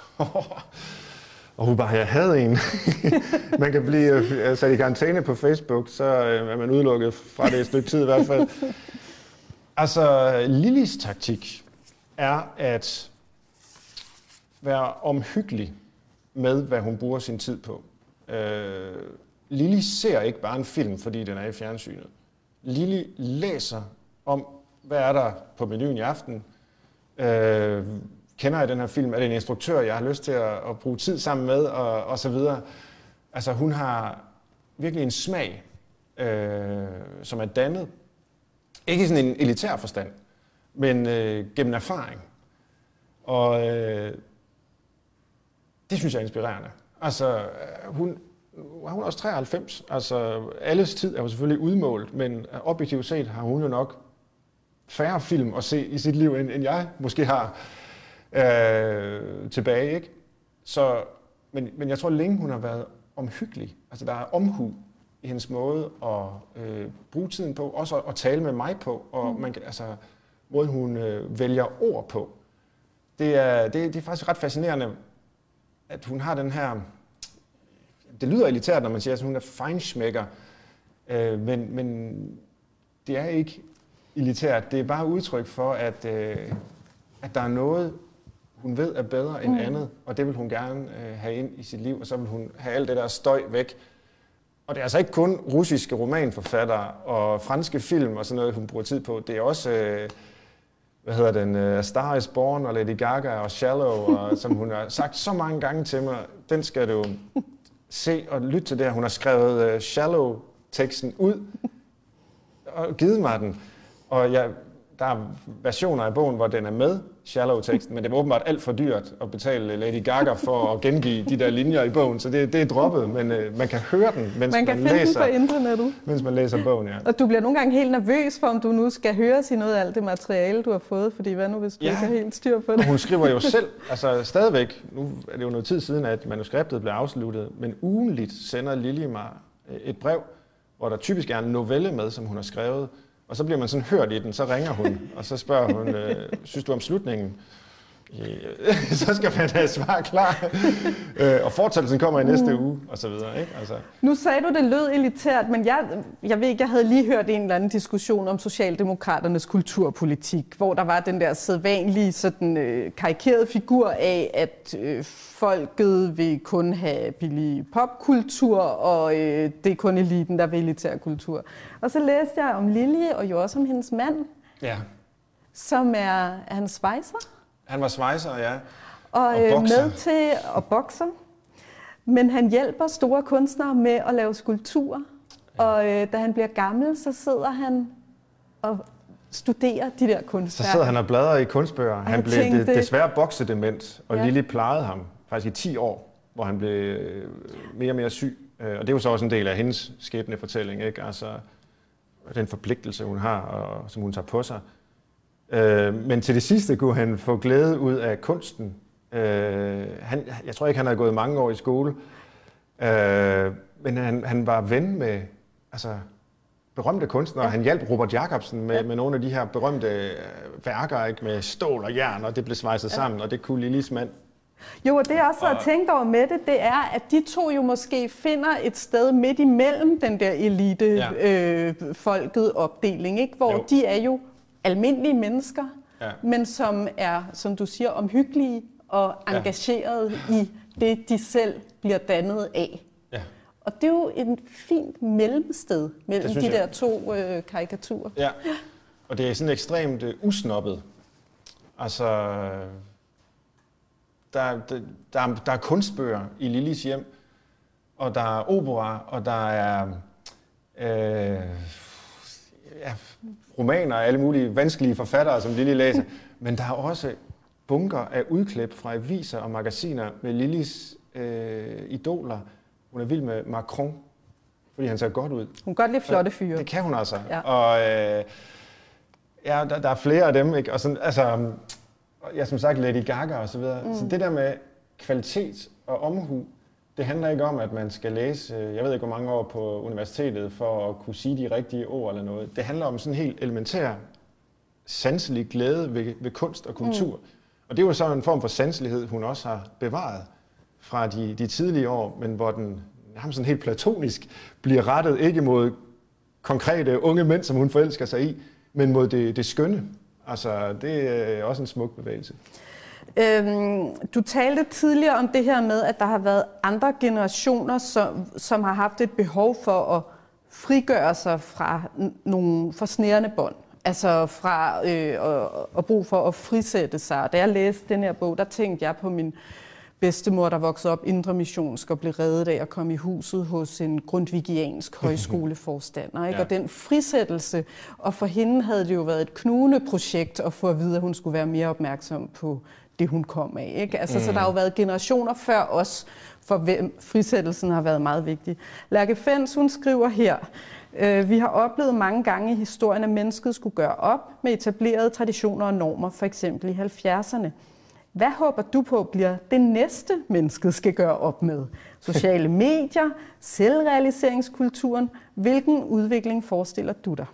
Jeg havde en. Man kan blive sat i karantæne på Facebook, så er man udelukket fra det et stykke tid i hvert fald. Altså, Lillys taktik er at være omhyggelig med, hvad hun bruger sin tid på. Lilly ser ikke bare en film, fordi den er i fjernsynet. Lilly læser om, hvad er der på menuen i aften. Kender jeg den her film? Er det en instruktør, jeg har lyst til at bruge tid sammen med? Og så videre. Altså, hun har virkelig en smag, som er dannet. Ikke i sådan en elitær forstand, men gennem erfaring. Og det synes jeg er inspirerende. Altså, hun er også 93. Altså, alles tid er jo selvfølgelig udmålt, men objektivt set har hun jo nok færre film at se i sit liv, end jeg måske har tilbage, ikke? Så, men jeg tror længe, hun har været omhyggelig. Altså, der er omhu i hendes måde at bruge tiden på, også at tale med mig på, og man kan, altså, måden hun vælger ord på. Det er faktisk ret fascinerende, at hun har den her... Det lyder elitært, når man siger, at hun er feinschmecker, men det er ikke elitært. Det er bare udtryk for, at der er noget, hun ved er bedre end andet, og det vil hun gerne have ind i sit liv, og så vil hun have alt det der støj væk. Og det er altså ikke kun russiske romanforfattere og franske film og sådan noget, hun bruger tid på. Det er også, Star is Born og Lady Gaga og Shallow, og, som hun har sagt så mange gange til mig, den skal du se og lytte til det her. Hun har skrevet Shallow-teksten ud og givet mig den. Og der er versioner af bogen, hvor den er med, Shallow-teksten, men det var åbenbart alt for dyrt at betale Lady Gaga for at gengive de der linjer i bogen, så det er droppet, men man kan høre den, mens man læser, den på internettet. Mens man læser bogen, ja. Og du bliver nogle gange helt nervøs for, om du nu skal høre sig noget af alt det materiale, du har fået, fordi hvad nu, hvis du ikke har helt styr på det? Hun skriver jo selv, altså stadigvæk, nu er det jo noget tid siden, at manuskriptet blev afsluttet, men ugenligt sender Lili mig et brev, hvor der typisk er en novelle med, som hun har skrevet, og så bliver man sådan hørt i den, så ringer hun, og så spørger hun, synes du om slutningen? Så skal man have svar klar. Og fortællelsen kommer i næste uge, og så videre. Ikke? Altså. Nu sagde du, det lød elitært, men jeg ved ikke, jeg havde lige hørt en eller anden diskussion om Socialdemokraternes kulturpolitik, hvor der var den der sædvanlige sådan, karikerede figur af, at folket vil kun have billig popkultur, og det er kun eliten, der vil elitær kultur. Og så læste jeg om Lili, og jo også om hendes mand, som er han svejser? Han var svejser, ja. Og med til at bokse. Men han hjælper store kunstnere med at lave skulpturer. Ja. Og da han bliver gammel, så sidder han og studerer de der kunstværker. Så sidder han og bladrer i kunstbøger. Han blev desværre boksedement, og Lili plejede ham faktisk i 10 år, hvor han blev mere og mere syg. Og det er jo så også en del af hendes skæbnefortælling, ikke? Altså den forpligtelse, hun har, og som hun tager på sig. Men til det sidste kunne han få glæde ud af kunsten. Jeg tror ikke, han havde gået mange år i skole, men han var ven med berømte kunstnere. Ja. Han hjalp Robert Jacobsen med nogle af de her berømte værker, ikke, med stål og jern, og det blev svejset sammen, og det kunne Lilis mand. Jo, og det er også at tænke over med det er, at de to jo måske finder et sted midt imellem den der elite-folket opdeling, ikke? Hvor de er jo almindelige mennesker, men som er, som du siger, omhyggelige og engagerede i det, de selv bliver dannet af. Ja. Og det er jo en fint mellemsted mellem de der to karikaturer. Ja, og det er sådan ekstremt usnoppet. Altså, der er kunstbøger i Lilis hjem, og der er opera, og der er romaner af alle mulige vanskelige forfattere, som Lili læser. Men der er også bunker af udklip fra aviser og magasiner med Lilis idoler. Hun er vild med Macron, fordi han ser godt ud. Hun kan godt lide flotte fyre. Det kan hun altså. Ja. Og der er flere af dem, ikke? Og sådan, som sagt Lady Gaga og så videre. Så det der med kvalitet og omhu, det handler ikke om, at man skal læse, jeg ved ikke hvor mange år på universitetet, for at kunne sige de rigtige ord eller noget. Det handler om sådan en helt elementær, sanselig glæde ved kunst og kultur. Og det er jo så en form for sanselighed, hun også har bevaret fra de tidlige år, men hvor den sådan helt platonisk bliver rettet ikke mod konkrete unge mænd, som hun forelsker sig i, men mod det skønne. Altså, det er også en smuk bevægelse. Du talte tidligere om det her med, at der har været andre generationer, som har haft et behov for at frigøre sig fra nogle forsnærende bånd. Altså fra at brug for at frisætte sig. Da jeg læste den her bog, der tænkte jeg på min bedstemor, der voksede op indremissionsk og blev reddet af at komme i huset hos en grundtvigiansk højskoleforstander. Ikke? Ja. Og den frisættelse, og for hende havde det jo været et knugende projekt at få at vide, at hun skulle være mere opmærksom på det, hun kom af. Ikke? Altså, så der har jo været generationer før os, for hvem frisættelsen har været meget vigtig. Lærke Fens, hun skriver her, vi har oplevet mange gange i historien, at mennesket skulle gøre op med etablerede traditioner og normer, for eksempel i 70'erne. Hvad håber du på bliver det næste, mennesket skal gøre op med? Sociale medier, selvrealiseringskulturen. Hvilken udvikling forestiller du dig?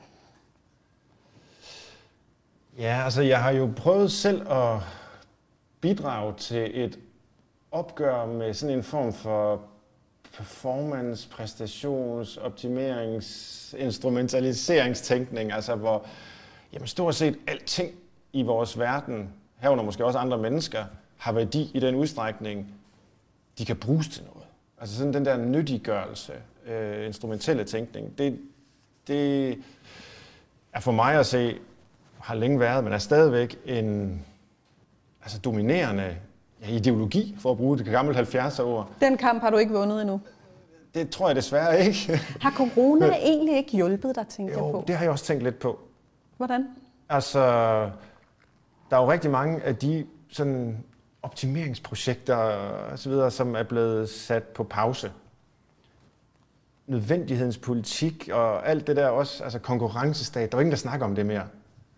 Ja, altså jeg har jo prøvet selv at bidrage til et opgør med sådan en form for performance, præstations, optimerings, instrumentaliseringstænkning, altså hvor jamen, stort set alting i vores verden, herunder måske også andre mennesker, har værdi i den udstrækning, de kan bruges til noget. Altså sådan den der nyttiggørelse, instrumentelle tænkning, det er for mig at se, har længe været, men er stadigvæk en dominerende ideologi, for at bruge det gamle 70'er-ord. Den kamp har du ikke vundet endnu? Det tror jeg desværre ikke. Har corona egentlig ikke hjulpet dig, tænker jeg på? Jo, det har jeg også tænkt lidt på. Hvordan? Altså, der er jo rigtig mange af de sådan optimeringsprojekter og så videre, som er blevet sat på pause. Nødvendighedens politik og alt det der også, altså konkurrencestat, der er ingen, der snakker om det mere.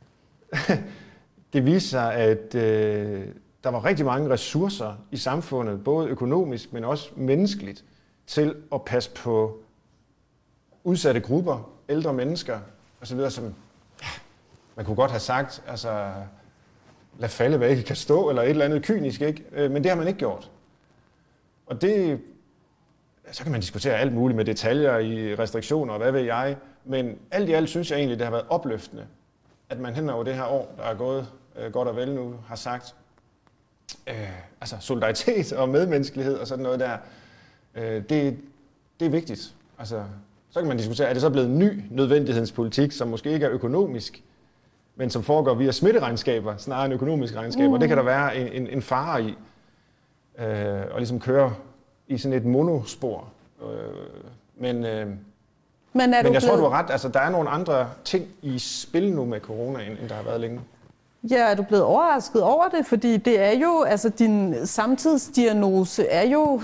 Det viser sig, at der var rigtig mange ressourcer i samfundet, både økonomisk, men også menneskeligt, til at passe på udsatte grupper, ældre mennesker osv., som man kunne godt have sagt, altså lad falde, hvad ikke kan stå, eller et eller andet kynisk, ikke? Men det har man ikke gjort. Og det, så kan man diskutere alt muligt med detaljer i restriktioner og hvad ved jeg, men alt i alt synes jeg egentlig, det har været opløftende, at man hen over det her år, der er gået godt og vel nu, har sagt, altså solidaritet og medmenneskelighed og sådan noget der, det er vigtigt. Altså, så kan man diskutere, er det så blevet en ny nødvendighedens politik, som måske ikke er økonomisk, men som foregår via smitteregnskaber, snarere end økonomiske regnskaber. Det kan der være en fare i, og ligesom køre i sådan et monospor. Men jeg tror, du har ret. Altså, der er nogle andre ting i spil nu med corona, end der har været længe. Ja, er du blevet overrasket over det? Fordi det er jo, altså din samtidsdiagnose er jo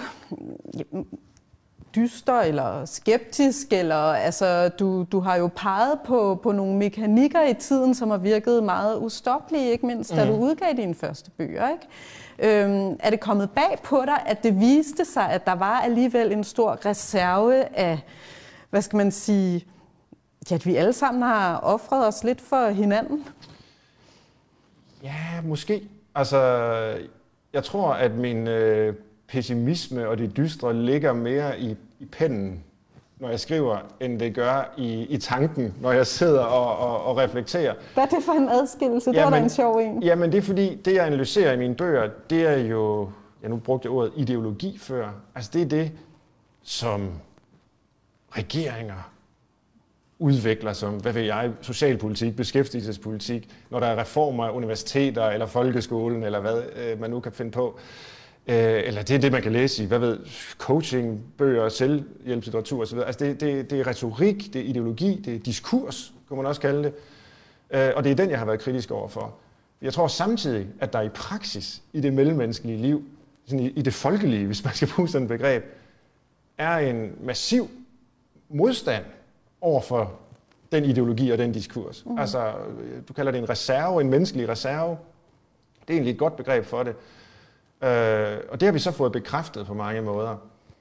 dyster eller skeptisk, eller altså du har jo peget på nogle mekanikker i tiden, som har virket meget ustoppelige, ikke mindst da du udgav dine første bøger, ikke? Er det kommet bag på dig, at det viste sig, at der var alligevel en stor reserve af, hvad skal man sige, at vi alle sammen har ofret os lidt for hinanden? Ja, måske. Altså, jeg tror, at min pessimisme og det dystre ligger mere i pennen, når jeg skriver, end det gør i tanken, når jeg sidder og reflekterer. Hvad er det for en adskillelse? Det var da en sjov en. Jamen, det er fordi, det jeg analyserer i mine bøger, det er jo, nu brugte jeg ordet ideologi før, altså det er det, som regeringer udvikler som, hvad ved jeg, socialpolitik, beskæftigelsespolitik, når der er reformer af universiteter eller folkeskolen, eller hvad man nu kan finde på. Eller det er det, man kan læse i, hvad ved, coaching, bøger, selvhjælpslitteratur osv. Altså det er retorik, det er ideologi, det er diskurs, kunne man også kalde det. Og det er den, jeg har været kritisk overfor. Jeg tror samtidig, at der i praksis, i det mellemmenneskelige liv, sådan i det folkelige, hvis man skal bruge sådan et begreb, er en massiv modstand overfor den ideologi og den diskurs. Altså, du kalder det en reserve, en menneskelig reserve. Det er egentlig et godt begreb for det. Og det har vi så fået bekræftet på mange måder.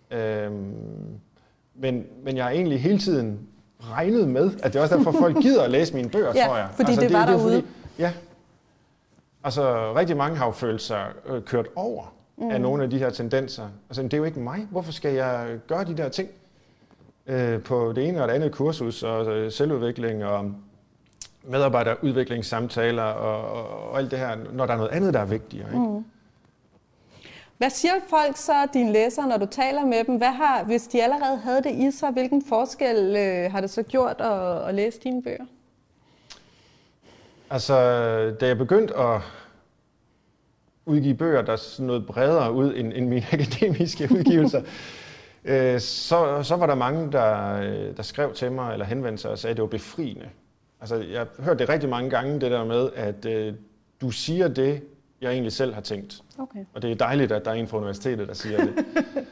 Men jeg har egentlig hele tiden regnet med, at det er også derfor, folk gider at læse mine bøger, tror jeg. Fordi altså, det var derude. Fordi, ja. Altså, rigtig mange har jo følt sig kørt over af nogle af de her tendenser. Altså, det er jo ikke mig. Hvorfor skal jeg gøre de der ting? På det ene og det andet kursus, og selvudvikling og medarbejderudviklingssamtaler og alt det her, når der er noget andet, der er vigtigere. Ikke? Hvad siger folk så, dine læsere, når du taler med dem? Hvis de allerede havde det i sig, hvilken forskel har det så gjort at læse dine bøger? Altså, da jeg begyndte at udgive bøger, der er noget bredere ud end mine akademiske udgivelser, så var der mange, der skrev til mig eller henvendte sig og sagde, at det var befriende. Altså, jeg hørte det rigtig mange gange, det der med, at du siger det, jeg egentlig selv har tænkt. Okay. Og det er dejligt, at der er en fra universitetet, der siger det.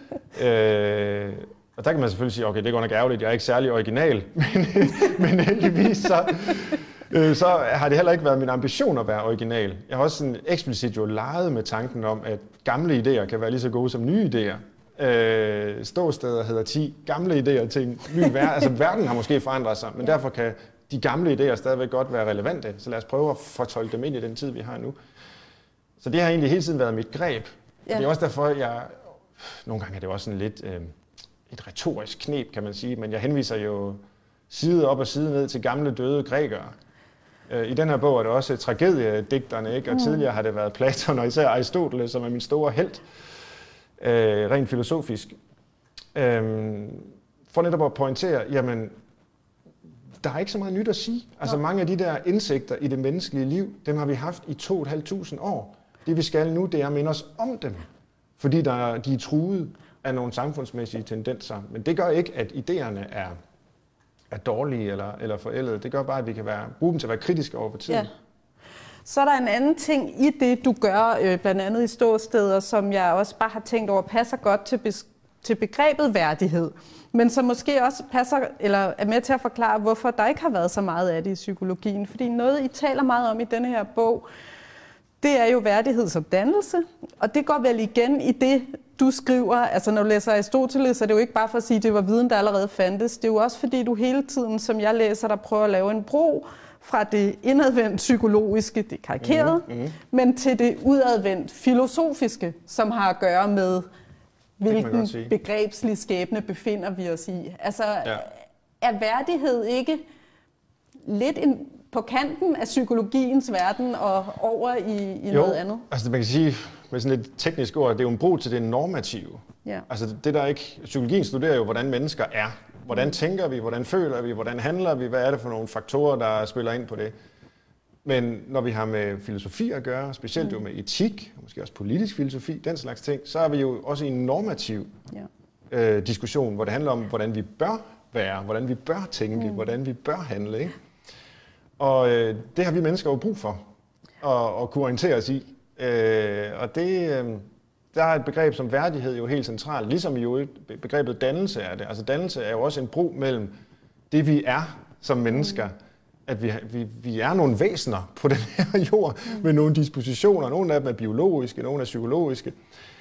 Og der kan man selvfølgelig sige, okay, det går nok ærgerligt, jeg er ikke særlig original, men heldigvis så har det heller ikke været min ambition at være original. Jeg har også sådan eksplicit jo leget med tanken om, at gamle idéer kan være lige så gode som nye idéer. Ståsteder hedder 10 gamle idéer til en ny verden. Altså verden har måske forandret sig, men derfor kan de gamle idéer stadigvæk godt være relevante. Så lad os prøve at fortolke dem ind i den tid, vi har nu. Så det har egentlig hele tiden været mit greb. Ja. Og det er også derfor, nogle gange er det også sådan lidt et retorisk knep, kan man sige, men jeg henviser jo side op og side ned til gamle døde grækere. I den her bog er det også tragediedigterne, ikke? Og tidligere har det været Platon og især Aristoteles, som er min store helt, rent filosofisk. For netop at pointere, jamen, der er ikke så meget nyt at sige. Altså mange af de der indsigter i det menneskelige liv, dem har vi haft i 2.500 år. Det vi skal nu, det er at minde os om dem, fordi de er truet af nogle samfundsmæssige tendenser. Men det gør ikke, at idéerne er dårlige eller forældede. Det gør bare, at vi kan bruge dem til at være kritiske over for tiden. Ja. Så er der en anden ting i det, du gør, blandt andet i Ståsteder, som jeg også bare har tænkt over, passer godt til begrebet værdighed, men som måske også er med til at forklare, hvorfor der ikke har været så meget af det i psykologien. Fordi noget, I taler meget om i denne her bog, det er jo værdighed som dannelse, og det går vel igen i det, du skriver. Altså når du læser Aristoteles, er det jo ikke bare for at sige, at det var viden, der allerede fandtes. Det er jo også fordi, du hele tiden, som jeg læser, der prøver at lave en bro fra det indadvendt psykologiske, det karikerede, men til det udadvendt filosofiske, som har at gøre med, hvilken begrebslig skæbne befinder vi os i. Altså, er værdighed ikke lidt på kanten af psykologiens verden og over i noget andet? Altså man kan sige, med sådan et teknisk ord, det er jo en bro til det normative. Ja. Altså det der ikke, psykologien studerer jo, hvordan mennesker er. Hvordan tænker vi, hvordan føler vi, hvordan handler vi, hvad er det for nogle faktorer, der spiller ind på det. Men når vi har med filosofi at gøre, specielt jo med etik, måske også politisk filosofi, den slags ting, så er vi jo også i en normativ diskussion, hvor det handler om, hvordan vi bør være, hvordan vi bør tænke, hvordan vi bør handle. Ikke? Og det har vi mennesker jo brug for at kunne orientere os i. Og der er et begreb som værdighed jo helt centralt, ligesom jo begrebet dannelse er det. Altså dannelse er jo også en bro mellem det, vi er som mennesker, at vi er nogle væsener på den her jord med nogle dispositioner. Nogle af dem er biologiske, nogle er psykologiske.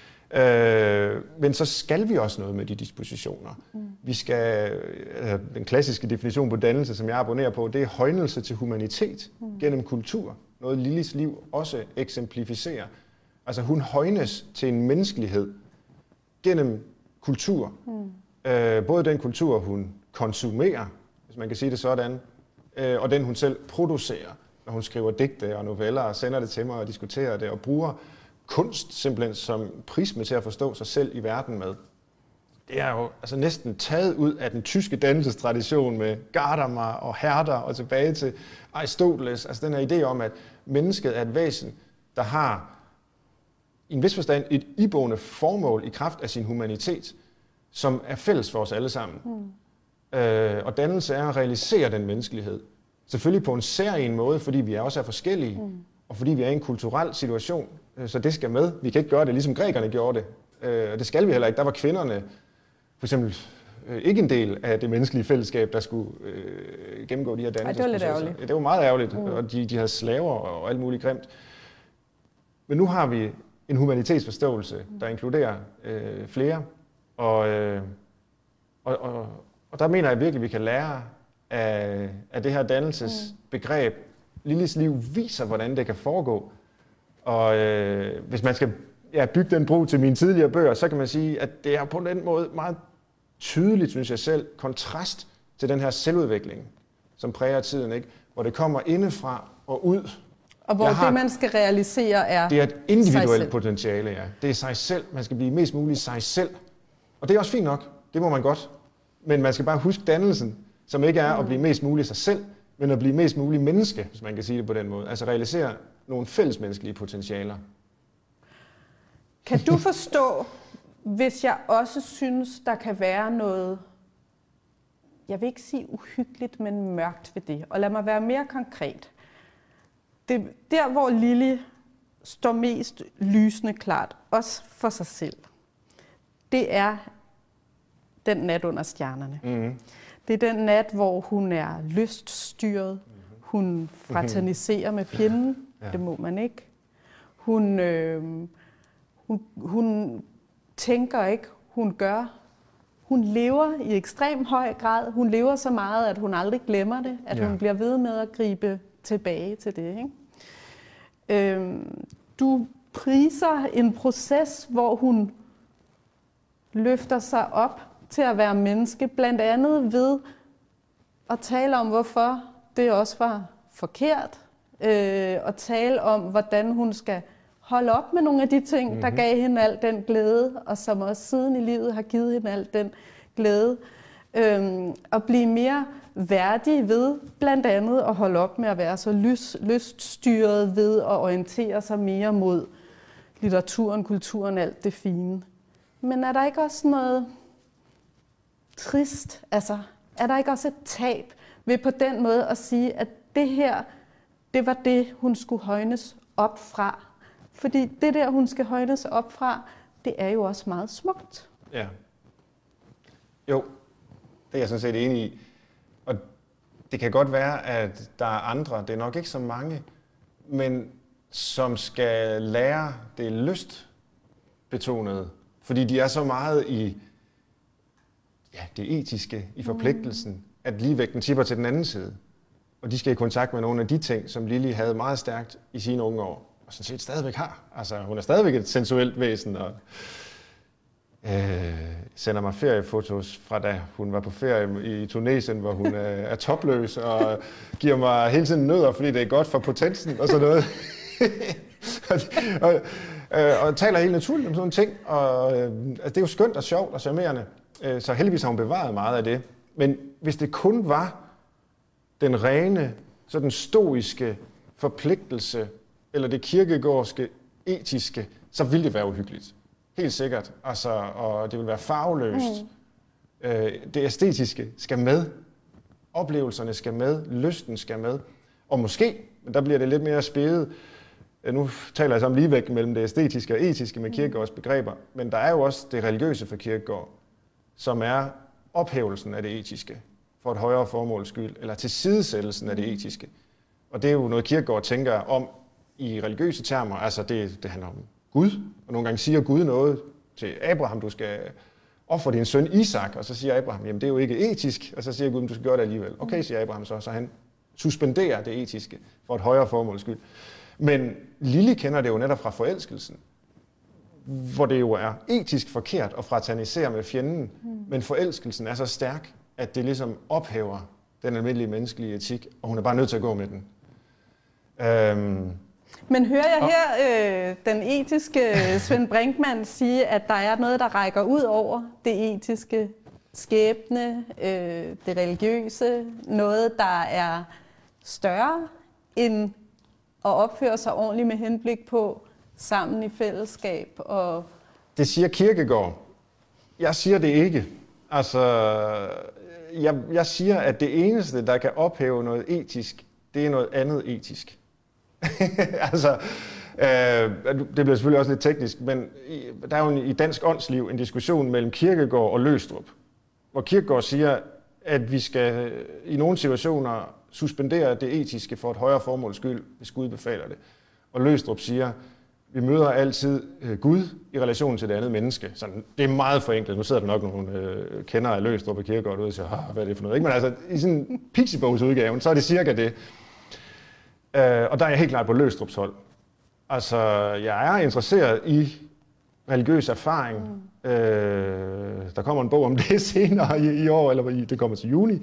Men så skal vi også noget med de dispositioner. Vi skal, den klassiske definition på dannelse, som jeg abonnerer på, det er højnelse til humanitet gennem kultur. Noget Lillys liv også eksemplificerer. Altså hun højnes til en menneskelighed gennem kultur. Både den kultur, hun konsumerer, hvis man kan sige det sådan, og den hun selv producerer, når hun skriver digte og noveller og sender det til mig og diskuterer det og bruger kunst simpelthen som prisme til at forstå sig selv i verden med. Det er jo altså næsten taget ud af den tyske dannelsestradition med Gadamer og Herder og tilbage til Aristoteles. Altså den her idé om, at mennesket er et væsen, der har i en vis forstand et iboende formål i kraft af sin humanitet, som er fælles for os alle sammen. Og dannelse er at realisere den menneskelighed. Selvfølgelig på en særlig måde, fordi vi også er forskellige, og fordi vi er i en kulturel situation, så det skal med. Vi kan ikke gøre det, ligesom grækerne gjorde det. Og det skal vi heller ikke. Der var kvinderne for eksempel ikke en del af det menneskelige fællesskab, der skulle gennemgå de her dannelsesprocesser. Det var lidt ærgerligt. Det var meget ærgerligt, og de havde slaver og alt muligt grimt. Men nu har vi en humanitetsforståelse, der inkluderer flere, og der mener jeg virkelig, at vi kan lære af det her dannelsesbegreb. Lillys liv viser, hvordan det kan foregå. Og hvis man skal bygge den bro til mine tidligere bøger, så kan man sige, at det er på den måde meget tydeligt, synes jeg selv, kontrast til den her selvudvikling, som præger tiden, ikke? Hvor det kommer indefra og ud. Og hvor det, man skal realisere, er det er et individuelt potentiale, ja. Det er sig selv. Man skal blive mest muligt sig selv. Og det er også fint nok. Det må man godt. Men man skal bare huske dannelsen, som ikke er at blive mest muligt sig selv, men at blive mest muligt menneske, hvis man kan sige det på den måde. Altså realisere nogle fællesmenneskelige potentialer. Kan du forstå, hvis jeg også synes, der kan være noget, jeg vil ikke sige uhyggeligt, men mørkt ved det. Og lad mig være mere konkret. Det der, hvor Lilly står mest lysende klart, også for sig selv, det er den nat under stjernerne. Det er den nat, hvor hun er lyststyret. Hun fraterniserer med fjenden. Det må man ikke. Hun tænker ikke, hun gør. Hun lever i ekstrem høj grad. Hun lever så meget, at hun aldrig glemmer det. At hun bliver ved med at gribe tilbage til det. Ikke? Du priser en proces, hvor hun løfter sig op til at være menneske, blandt andet ved at tale om, hvorfor det også var forkert, og tale om, hvordan hun skal holde op med nogle af de ting, der gav hende al den glæde, og som også siden i livet har givet hende al den glæde, og blive mere værdig ved blandt andet at holde op med at være så lyststyret ved at orientere sig mere mod litteraturen, kulturen, alt det fine. Men er der ikke også noget trist? Altså, er der ikke også et tab ved på den måde at sige, at det her, det var det, hun skulle højnes op fra? Fordi det der, hun skal højnes op fra, det er jo også meget smukt. Ja. Jo, det er jeg sådan set enig i. Og det kan godt være, at der er andre, det er nok ikke så mange, men som skal lære det lystbetonede. Fordi de er så meget i det etiske, i forpligtelsen, at ligevægten tipper til den anden side. Og de skal i kontakt med nogle af de ting, som Lili havde meget stærkt i sine unge år, og sådan set stadigvæk har. Altså, hun er stadigvæk et sensuelt væsen, og sender mig feriefotos fra da hun var på ferie i Tunesien, hvor hun er topløs, og giver mig hele tiden nødder, fordi det er godt for potensen og sådan noget. og taler helt naturligt om sådan nogle ting, og det er jo skønt og sjovt og charmerende. Så heldigvis har hun bevaret meget af det. Men hvis det kun var den rene, sådan stoiske forpligtelse, eller det kirkegårdske, etiske, så ville det være uhyggeligt. Helt sikkert. Altså, og det vil være farveløst. Det æstetiske skal med. Oplevelserne skal med. Lysten skal med. Og måske, men der bliver det lidt mere spædet. Nu taler jeg så om ligevægt mellem det æstetiske og etiske med Kierkegaards begreber. Men der er jo også det religiøse for Kierkegaard, som er ophævelsen af det etiske for et højere formåls skyld, eller tilsidesættelsen af det etiske. Og det er jo noget, Kierkegaard tænker om i religiøse termer. Altså det handler om Gud, og nogle gange siger Gud noget til Abraham, du skal ofre din søn Isak, og så siger Abraham, jamen det er jo ikke etisk, og så siger Gud, du skal gøre det alligevel. Okay, siger Abraham så han suspenderer det etiske for et højere formåls skyld. Men Lili kender det jo netop fra forelskelsen, hvor det jo er etisk forkert at fraternisere med fjenden, men forelskelsen er så stærk, at det ligesom ophæver den almindelige menneskelige etik, og hun er bare nødt til at gå med den. Men hører jeg her den etiske Svend Brinkmann sige, at der er noget, der rækker ud over det etiske skæbne, det religiøse, noget, der er større end at opføre sig ordentligt med henblik på sammen i fællesskab? Og det siger Kierkegaard. Jeg siger det ikke. Altså, jeg siger, at det eneste, der kan ophæve noget etisk, det er noget andet etisk. Altså, det bliver selvfølgelig også lidt teknisk, men der er jo i dansk åndsliv en diskussion mellem Kierkegaard og Løgstrup, hvor Kierkegaard siger, at vi skal i nogle situationer suspendere det etiske for et højere formåls skyld, hvis Gud befaler det. Og Løgstrup siger, vi møder altid Gud i relation til det andet menneske. Så det er meget forenklet. Nu sidder der nok nogle kender af Løgstrup og Kierkegaard ude og siger, hvad er det for noget? Ikke? Men altså, i sådan en pixiebogsudgaven, så er det cirka det. Og der er jeg helt klart på Løgstrups hold. Altså, jeg er interesseret i religiøs erfaring. Der kommer en bog om det senere i år, eller det kommer til juni.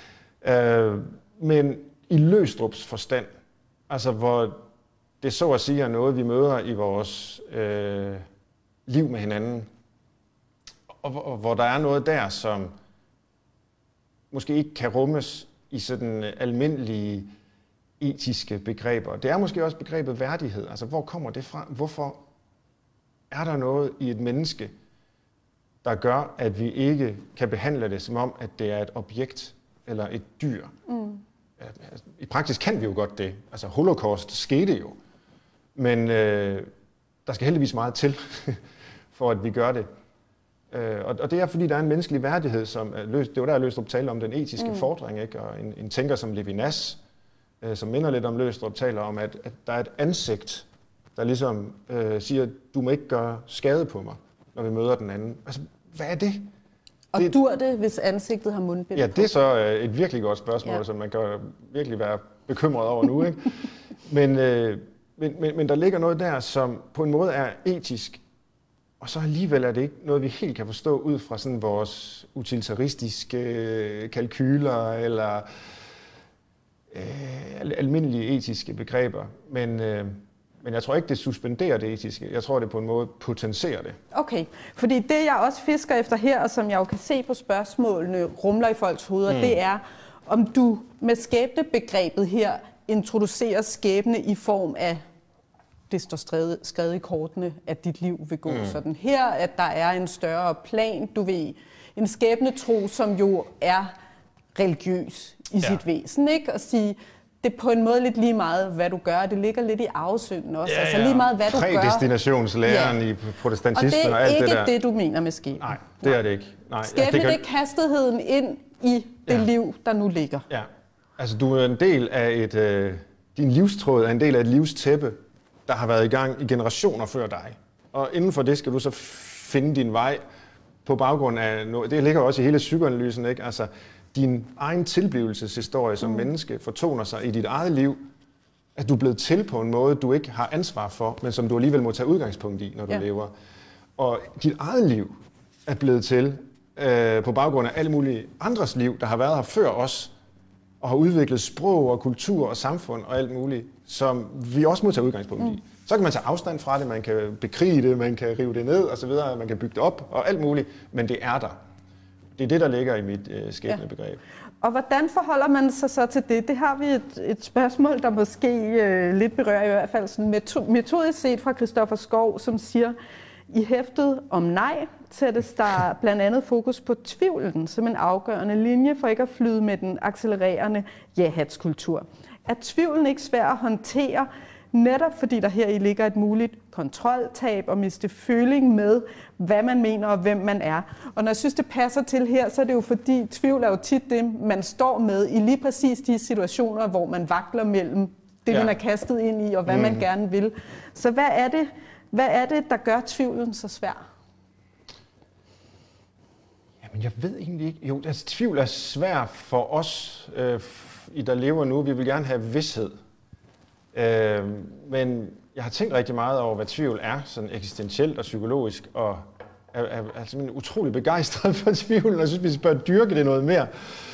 Men i Løgstrups forstand, altså hvor det så at sige er noget, vi møder i vores liv med hinanden, og hvor der er noget der, som måske ikke kan rummes i sådan almindelige etiske begreber. Det er måske også begrebet værdighed. Altså, hvor kommer det fra? Hvorfor er der noget i et menneske, der gør, at vi ikke kan behandle det som om, at det er et objekt eller et dyr? I praksis kan vi jo godt det. Altså, Holocaust skete jo. Men der skal heldigvis meget til, for at vi gør det. Og det er, fordi der er en menneskelig værdighed, som det var der, Løgstrup talte om den etiske fordring, ikke? Og en tænker som Levinas, som minder lidt om Løgstrup, taler om, at der er et ansigt, der ligesom siger, at du må ikke gøre skade på mig, når vi møder den anden. Altså, hvad er det? Og dur det, hvis ansigtet har mundbind? Ja, det er så et virkelig godt spørgsmål, som man kan virkelig være bekymret over nu. Ikke? Men Men der ligger noget der, som på en måde er etisk, og så alligevel er det ikke noget, vi helt kan forstå ud fra sådan vores utilitaristiske kalkyler eller almindelige etiske begreber. Men jeg tror ikke, det suspenderer det etiske. Jeg tror, det på en måde potentierer det. Okay, fordi det, jeg også fisker efter her, og som jeg jo kan se på spørgsmålene rumler i folks hoveder, det er, om du med skæbnebegrebet her introducerer skæbne i form af, det står skrevet i kortene, at dit liv vil gå sådan her, at der er en større plan, du ved, en skæbnetro, som jo er religiøs i sit væsen, ikke? Og sige, det er på en måde lidt lige meget, hvad du gør. Det ligger lidt i arvesynden også. Altså lige meget, hvad du gør. Prædestinationslæren i protestantismen og alt det der. Og det er ikke det, du mener med skæbne. Nej, det er det ikke. Nej. Skæbne, det er kastetheden ind i det liv, der nu ligger. Ja, altså du er en del af din livstråd er en del af et livstæppe, der har været i gang i generationer før dig. Og inden for det skal du så finde din vej på baggrund af noget. Det ligger også i hele psykoanalysen, ikke? Altså din egen tilblivelseshistorie som menneske fortoner sig i dit eget liv, at du er blevet til på en måde, du ikke har ansvar for, men som du alligevel må tage udgangspunkt i, når du lever. Og dit eget liv er blevet til på baggrund af alle mulige andres liv, der har været her før os, og har udviklet sprog og kultur og samfund og alt muligt, som vi også må tage udgangspunkt i. Så kan man tage afstand fra det, man kan bekrige det, man kan rive det ned osv., man kan bygge det op og alt muligt, men det er der. Det er det, der ligger i mit skæbnebegreb. Og hvordan forholder man sig så til det? Det har vi et spørgsmål, der måske lidt berører i hvert fald sådan metodisk set fra Christoffer Skov, som siger, i hæftet om nej sættes der blandt andet fokus på tvivlen som en afgørende linje for ikke at flyde med den accelererende ja-hats-kultur. Er tvivlen ikke svær at håndtere, netop fordi der her i ligger et muligt kontroltab og miste føling med, hvad man mener og hvem man er. Og når jeg synes, det passer til her, så er det jo fordi, tvivl er jo tit det, man står med i lige præcis de situationer, hvor man vakler mellem det, man er kastet ind i, og hvad man gerne vil. Så hvad er det, der gør tvivlen så svær? Jamen, jeg ved egentlig ikke. Jo, altså, tvivl er svær for os, der lever nu. Vi vil gerne have vished. Men jeg har tænkt rigtig meget over, hvad tvivl er, sådan eksistentielt og psykologisk, og er simpelthen utrolig begejstret for tvivlen, og jeg synes, vi bør dyrke det noget mere.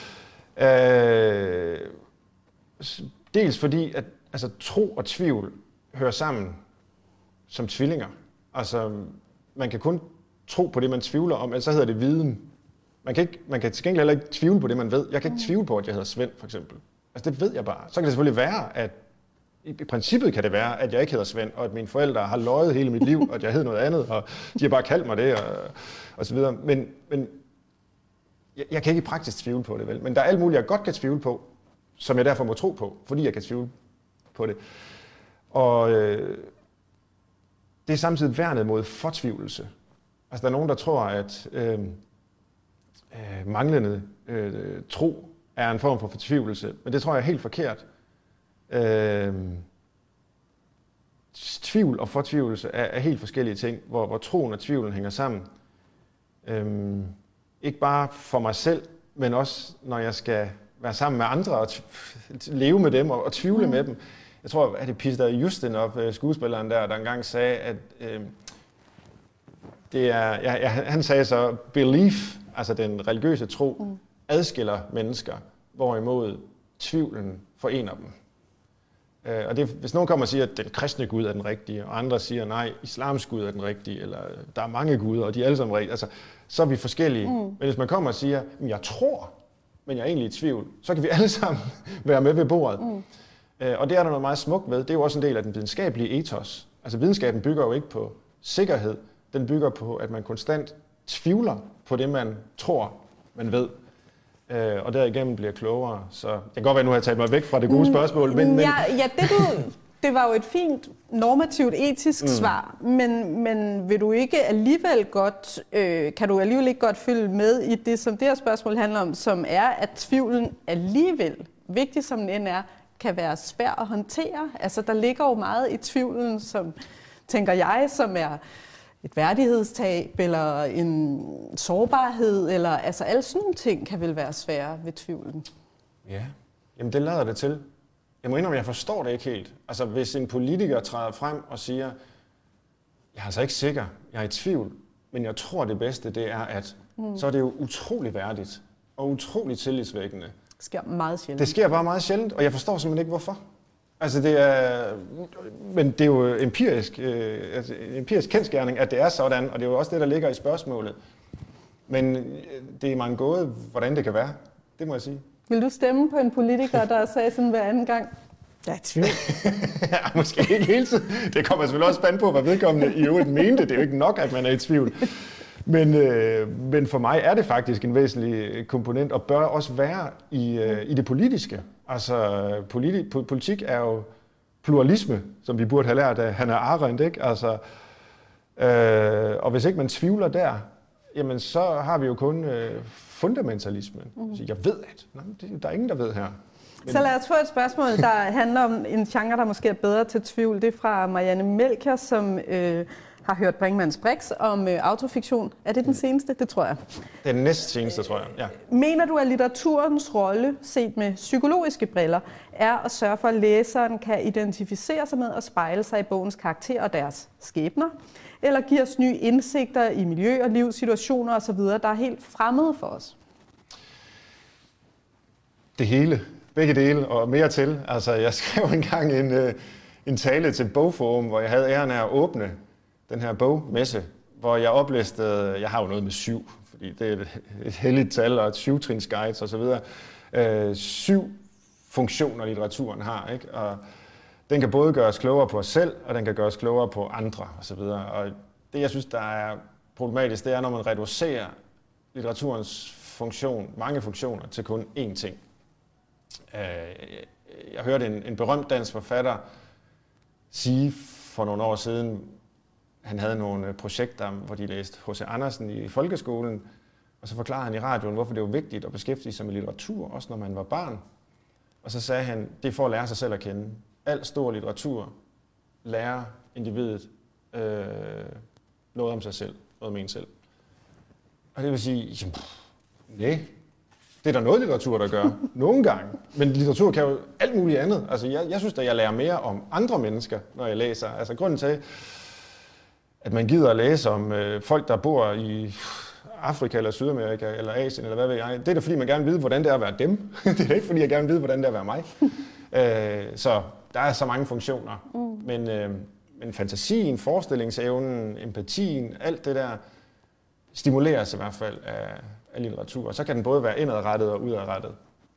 Dels fordi, at altså, tro og tvivl hører sammen som tvillinger. Altså, man kan kun tro på det, man tvivler om, ellers så hedder det viden. Man kan til gengæld heller ikke tvivle på det, man ved. Jeg kan ikke tvivle på, at jeg hedder Svend, for eksempel. Altså, det ved jeg bare. Så kan det selvfølgelig være, at i princippet kan det være, at jeg ikke hedder Svend, og at mine forældre har løjet hele mit liv, og at jeg hed noget andet, og de har bare kaldt mig det, og så videre. Men jeg kan ikke praktisk tvivle på det, vel? Men der er alt muligt, jeg godt kan tvivle på, som jeg derfor må tro på, fordi jeg kan tvivle på det. Og det er samtidig værnet mod fortvivlelse. Altså, der er nogen, der tror, at manglende tro er en form for fortvivlelse, men det tror jeg er helt forkert. Tvivl og fortvivlelse er helt forskellige ting, hvor troen og tvivlen hænger sammen. Ikke bare for mig selv, men også når jeg skal være sammen med andre og leve med dem og tvivle med dem. Jeg tror, at det Peter Justinov, skuespilleren der engang sagde, at det er, han sagde så, belief, altså den religiøse tro, adskiller mennesker, hvorimod tvivlen forener dem. Og det, hvis nogen kommer og siger, at den kristne Gud er den rigtige, og andre siger, nej, islams Gud er den rigtige, eller der er mange guder, og de er alle sammen rigtige, altså, så er vi forskellige. Men hvis man kommer og siger, at jeg tror, men jeg er egentlig i tvivl, så kan vi alle sammen være med ved bordet. Og det er der noget meget smukt ved. Det er jo også en del af den videnskabelige ethos. Altså videnskaben bygger jo ikke på sikkerhed, den bygger på, at man konstant tvivler på det, man tror, man ved. Og derigennem bliver klogere. Så det kan godt være, at nu har jeg taget mig væk fra det gode spørgsmål. Det var jo et fint normativt etisk svar, men vil du ikke alligevel godt, kan du alligevel ikke godt følge med i det, som det her spørgsmål handler om, som er, at tvivlen alligevel, vigtigt som den end er, kan være svær at håndtere? Altså, der ligger jo meget i tvivlen, som, tænker jeg, som er et værdighedstab, eller en sårbarhed, eller altså alle sådan nogle ting kan vel være svære ved tvivlen. Ja, jamen det lader det til. jeg må indrømme, jeg forstår det ikke helt. Altså, hvis en politiker træder frem og siger, jeg er altså ikke sikker, jeg er i tvivl, men jeg tror det bedste, det er at, så er det jo utrolig værdigt og utrolig tillidsvækkende. Det sker meget sjældent. Det sker bare meget sjældent, og jeg forstår simpelthen ikke, hvorfor. Altså, men det er jo empirisk kendsgerning, at det er sådan, og det er jo også det, der ligger i spørgsmålet. Men det er mig en gåde, hvordan det kan være. Det må jeg sige. Vil du stemme på en politiker, der sagde sådan hver anden gang? Jeg er i tvivl. Ja, måske ikke hele tiden. Det kommer selvfølgelig også spændt på, hvad vedkommende i øvrigt mente. Det er jo ikke nok, at man er i tvivl. Men for mig er det faktisk en væsentlig komponent, og bør også være i det politiske. Altså, politik er jo pluralisme, som vi burde have lært af Hannah Arendt, ikke? Altså, og hvis ikke man tvivler der, jamen så har vi jo kun fundamentalismen. Så jeg ved at. Nej, der er ingen, der ved her. Så lad os få et spørgsmål, der handler om en genre, der måske er bedre til tvivl. Det er fra Marianne Melchior, som har hørt Brinkmanns Brix om autofiktion. Er det den seneste? Det tror jeg. Det er den næst seneste, tror jeg. Ja. Mener du, at litteraturens rolle, set med psykologiske briller, er at sørge for, at læseren kan identificere sig med og spejle sig i bogens karakter og deres skæbner? Eller give os nye indsigter i miljø og liv, situationer osv., der er helt fremmede for os? Det hele. Begge dele og mere til. Altså, jeg skrev engang en tale til Bogforum, hvor jeg havde æren af at åbne den her bogmesse, hvor jeg oplistede, jeg har jo noget med 7, fordi det er et helligt tal og et 7-trins guides osv. 7 funktioner litteraturen har, ikke? Og den kan både gøre os klogere på os selv, og den kan gøre os klogere på andre osv. Og det, jeg synes, der er problematisk, det er, når man reducerer litteraturens funktion, mange funktioner, til kun én ting. Jeg hørte en berømt dansk forfatter sige for nogle år siden, han havde nogle projekter, hvor de læste H.C. Andersen i folkeskolen, og så forklarede han i radioen, hvorfor det var vigtigt at beskæftige sig med litteratur, også når man var barn. Og så sagde han, det er for at lære sig selv at kende. Al stor litteratur lærer individet noget om sig selv, noget om en selv. Og det vil sige, nej, det er der noget litteratur, der gør. Nogle gange. Men litteratur kan jo alt muligt andet. Altså, jeg synes, at jeg lærer mere om andre mennesker, når jeg læser. Altså, grunden til, at man gider at læse om folk, der bor i Afrika eller Sydamerika eller Asien eller hvad ved jeg, det er da fordi, man gerne vil vide, hvordan det er at være dem. Det er da ikke fordi, jeg gerne vil vide, hvordan det er at være mig. Så der er så mange funktioner. Men fantasien, forestillingsevnen, empatien, alt det der stimuleres i hvert fald af litteratur. Og så kan den både være indadrettet og udadrettet.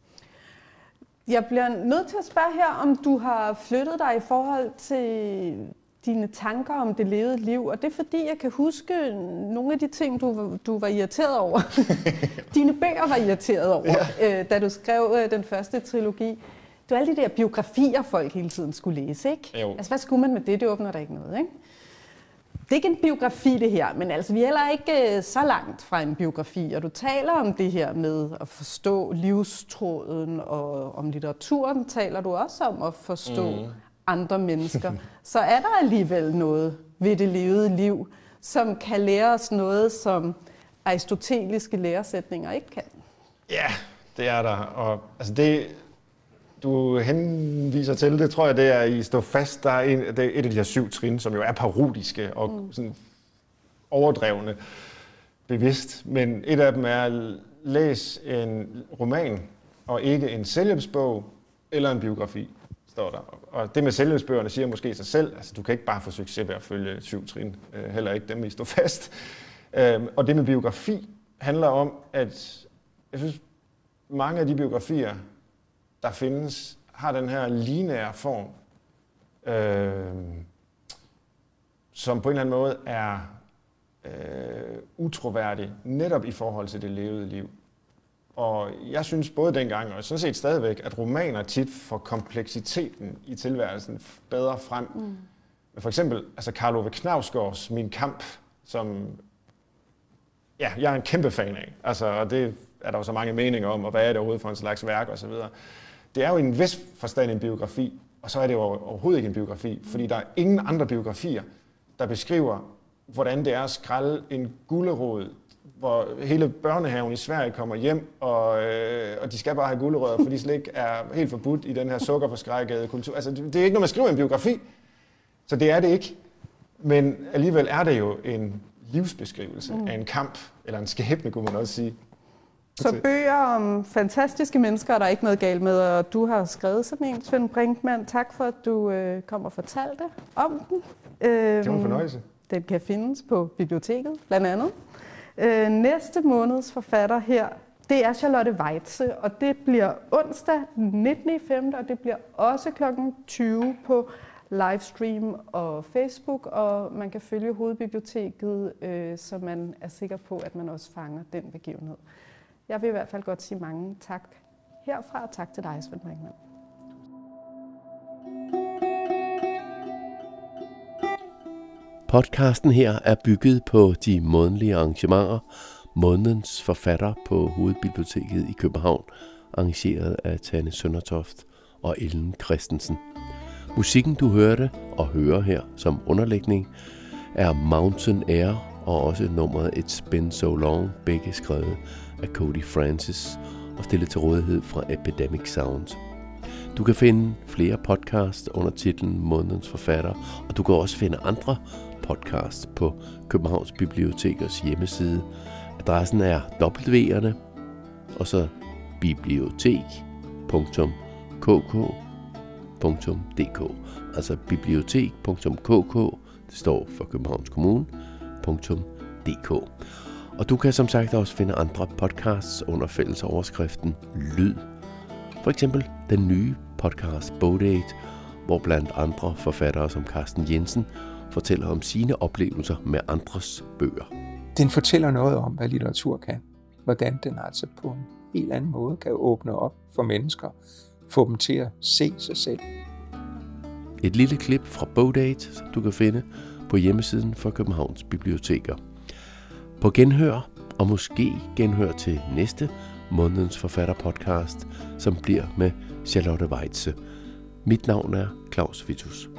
Jeg bliver nødt til at spørge her, om du har flyttet dig i forhold til dine tanker om det levede liv. Og det er fordi, jeg kan huske nogle af de ting, du var irriteret over. Dine bøger var irriteret over, da du skrev den første trilogi. Det var alle de der biografier, folk hele tiden skulle læse, ikke? Jo. Altså, hvad skulle man med det? Det åbner der ikke noget, ikke? Det er ikke en biografi, det her, men altså, vi er heller ikke så langt fra en biografi, og du taler om det her med at forstå livstråden, og om litteraturen taler du også om at forstå andre mennesker. Så er der alligevel noget ved det levede liv, som kan lære os noget, som aristoteliske læresætninger ikke kan. Ja, det er der. Og altså det, du henviser til, det tror jeg, det er i Stå fast. Det er et af de her 7 trin, som jo er parodiske og sådan overdrevne bevidst. Men et af dem er læs en roman og ikke en selvhjælpsbog eller en biografi, står der. Og det med selvhjælpsbøgerne siger måske sig selv. Altså, du kan ikke bare få succes ved at følge 7 trin. Heller ikke dem, I Stå fast. Og det med biografi handler om, at jeg synes, mange af de biografier, der findes, har den her lineære form, som på en eller anden måde er utroværdig, netop i forhold til det levede liv. Og jeg synes både dengang, og sådan set stadigvæk, at romaner tit får kompleksiteten i tilværelsen bedre frem. For eksempel, altså Karl Ove Knausgårds Min Kamp, som jeg er en kæmpe fan af. Altså, og det er der jo så mange meninger om, og hvad er det overhovedet for en slags værk osv. Det er jo i en vis forstand en biografi, og så er det jo overhovedet ikke en biografi, fordi der er ingen andre biografier, der beskriver, hvordan det er at skrælle en gulerod hvor hele børnehaven i Sverige kommer hjem, og de skal bare have gulerødder, fordi slet ikke er helt forbudt i den her sukkerforskrækkede kultur. Altså, det er ikke noget, man skriver i en biografi, så det er det ikke. Men alligevel er det jo en livsbeskrivelse af en kamp, eller en skæbne, kunne man også sige. Så bøger om fantastiske mennesker, der er ikke noget galt med, og du har skrevet sådan en, Svend Brinkmann. Tak for, at du kom og fortalte om den. Det var en fornøjelse. Den kan findes på biblioteket, blandt andet. Næste måneds forfatter her, det er Charlotte Weitze, og det bliver onsdag 19.5., og det bliver også kl. 20 på livestream og Facebook, og man kan følge Hovedbiblioteket, så man er sikker på, at man også fanger den begivenhed. Jeg vil i hvert fald godt sige mange tak herfra, og tak til dig, Svend Brinkmann. Podcasten her er bygget på de månedlige arrangementer, Månedens Forfatter på Hovedbiblioteket i København, arrangeret af Tanne Søndertoft og Ellen Christensen. Musikken, du hørte og hører her som underlægning, er Mountain Air og også nummeret It's Been So Long, begge skrevet af Cody Francis og stillet til rådighed fra Epidemic Sound. Du kan finde flere podcasts under titlen Månedens Forfatter, og du kan også finde andre podcasts på Københavns Bibliotekers hjemmeside. Adressen er www.bibliotek.kk, altså bibliotek.kk, det står for Københavns Kommune.dk. Og du kan som sagt også finde andre podcasts under fællesoverskriften Lyd. For eksempel den nye podcast Bodate, hvor blandt andre forfattere som Carsten Jensen fortæller om sine oplevelser med andres bøger. Den fortæller noget om, hvad litteratur kan. Hvordan den altså på en helt anden måde kan åbne op for mennesker, få dem til at se sig selv. Et lille klip fra Bodate, som du kan finde på hjemmesiden for Københavns Biblioteker. På genhør, og måske genhør til næste Månedens Forfatter-podcast, som bliver med Charlotte Weitze. Mit navn er Claus Vitus.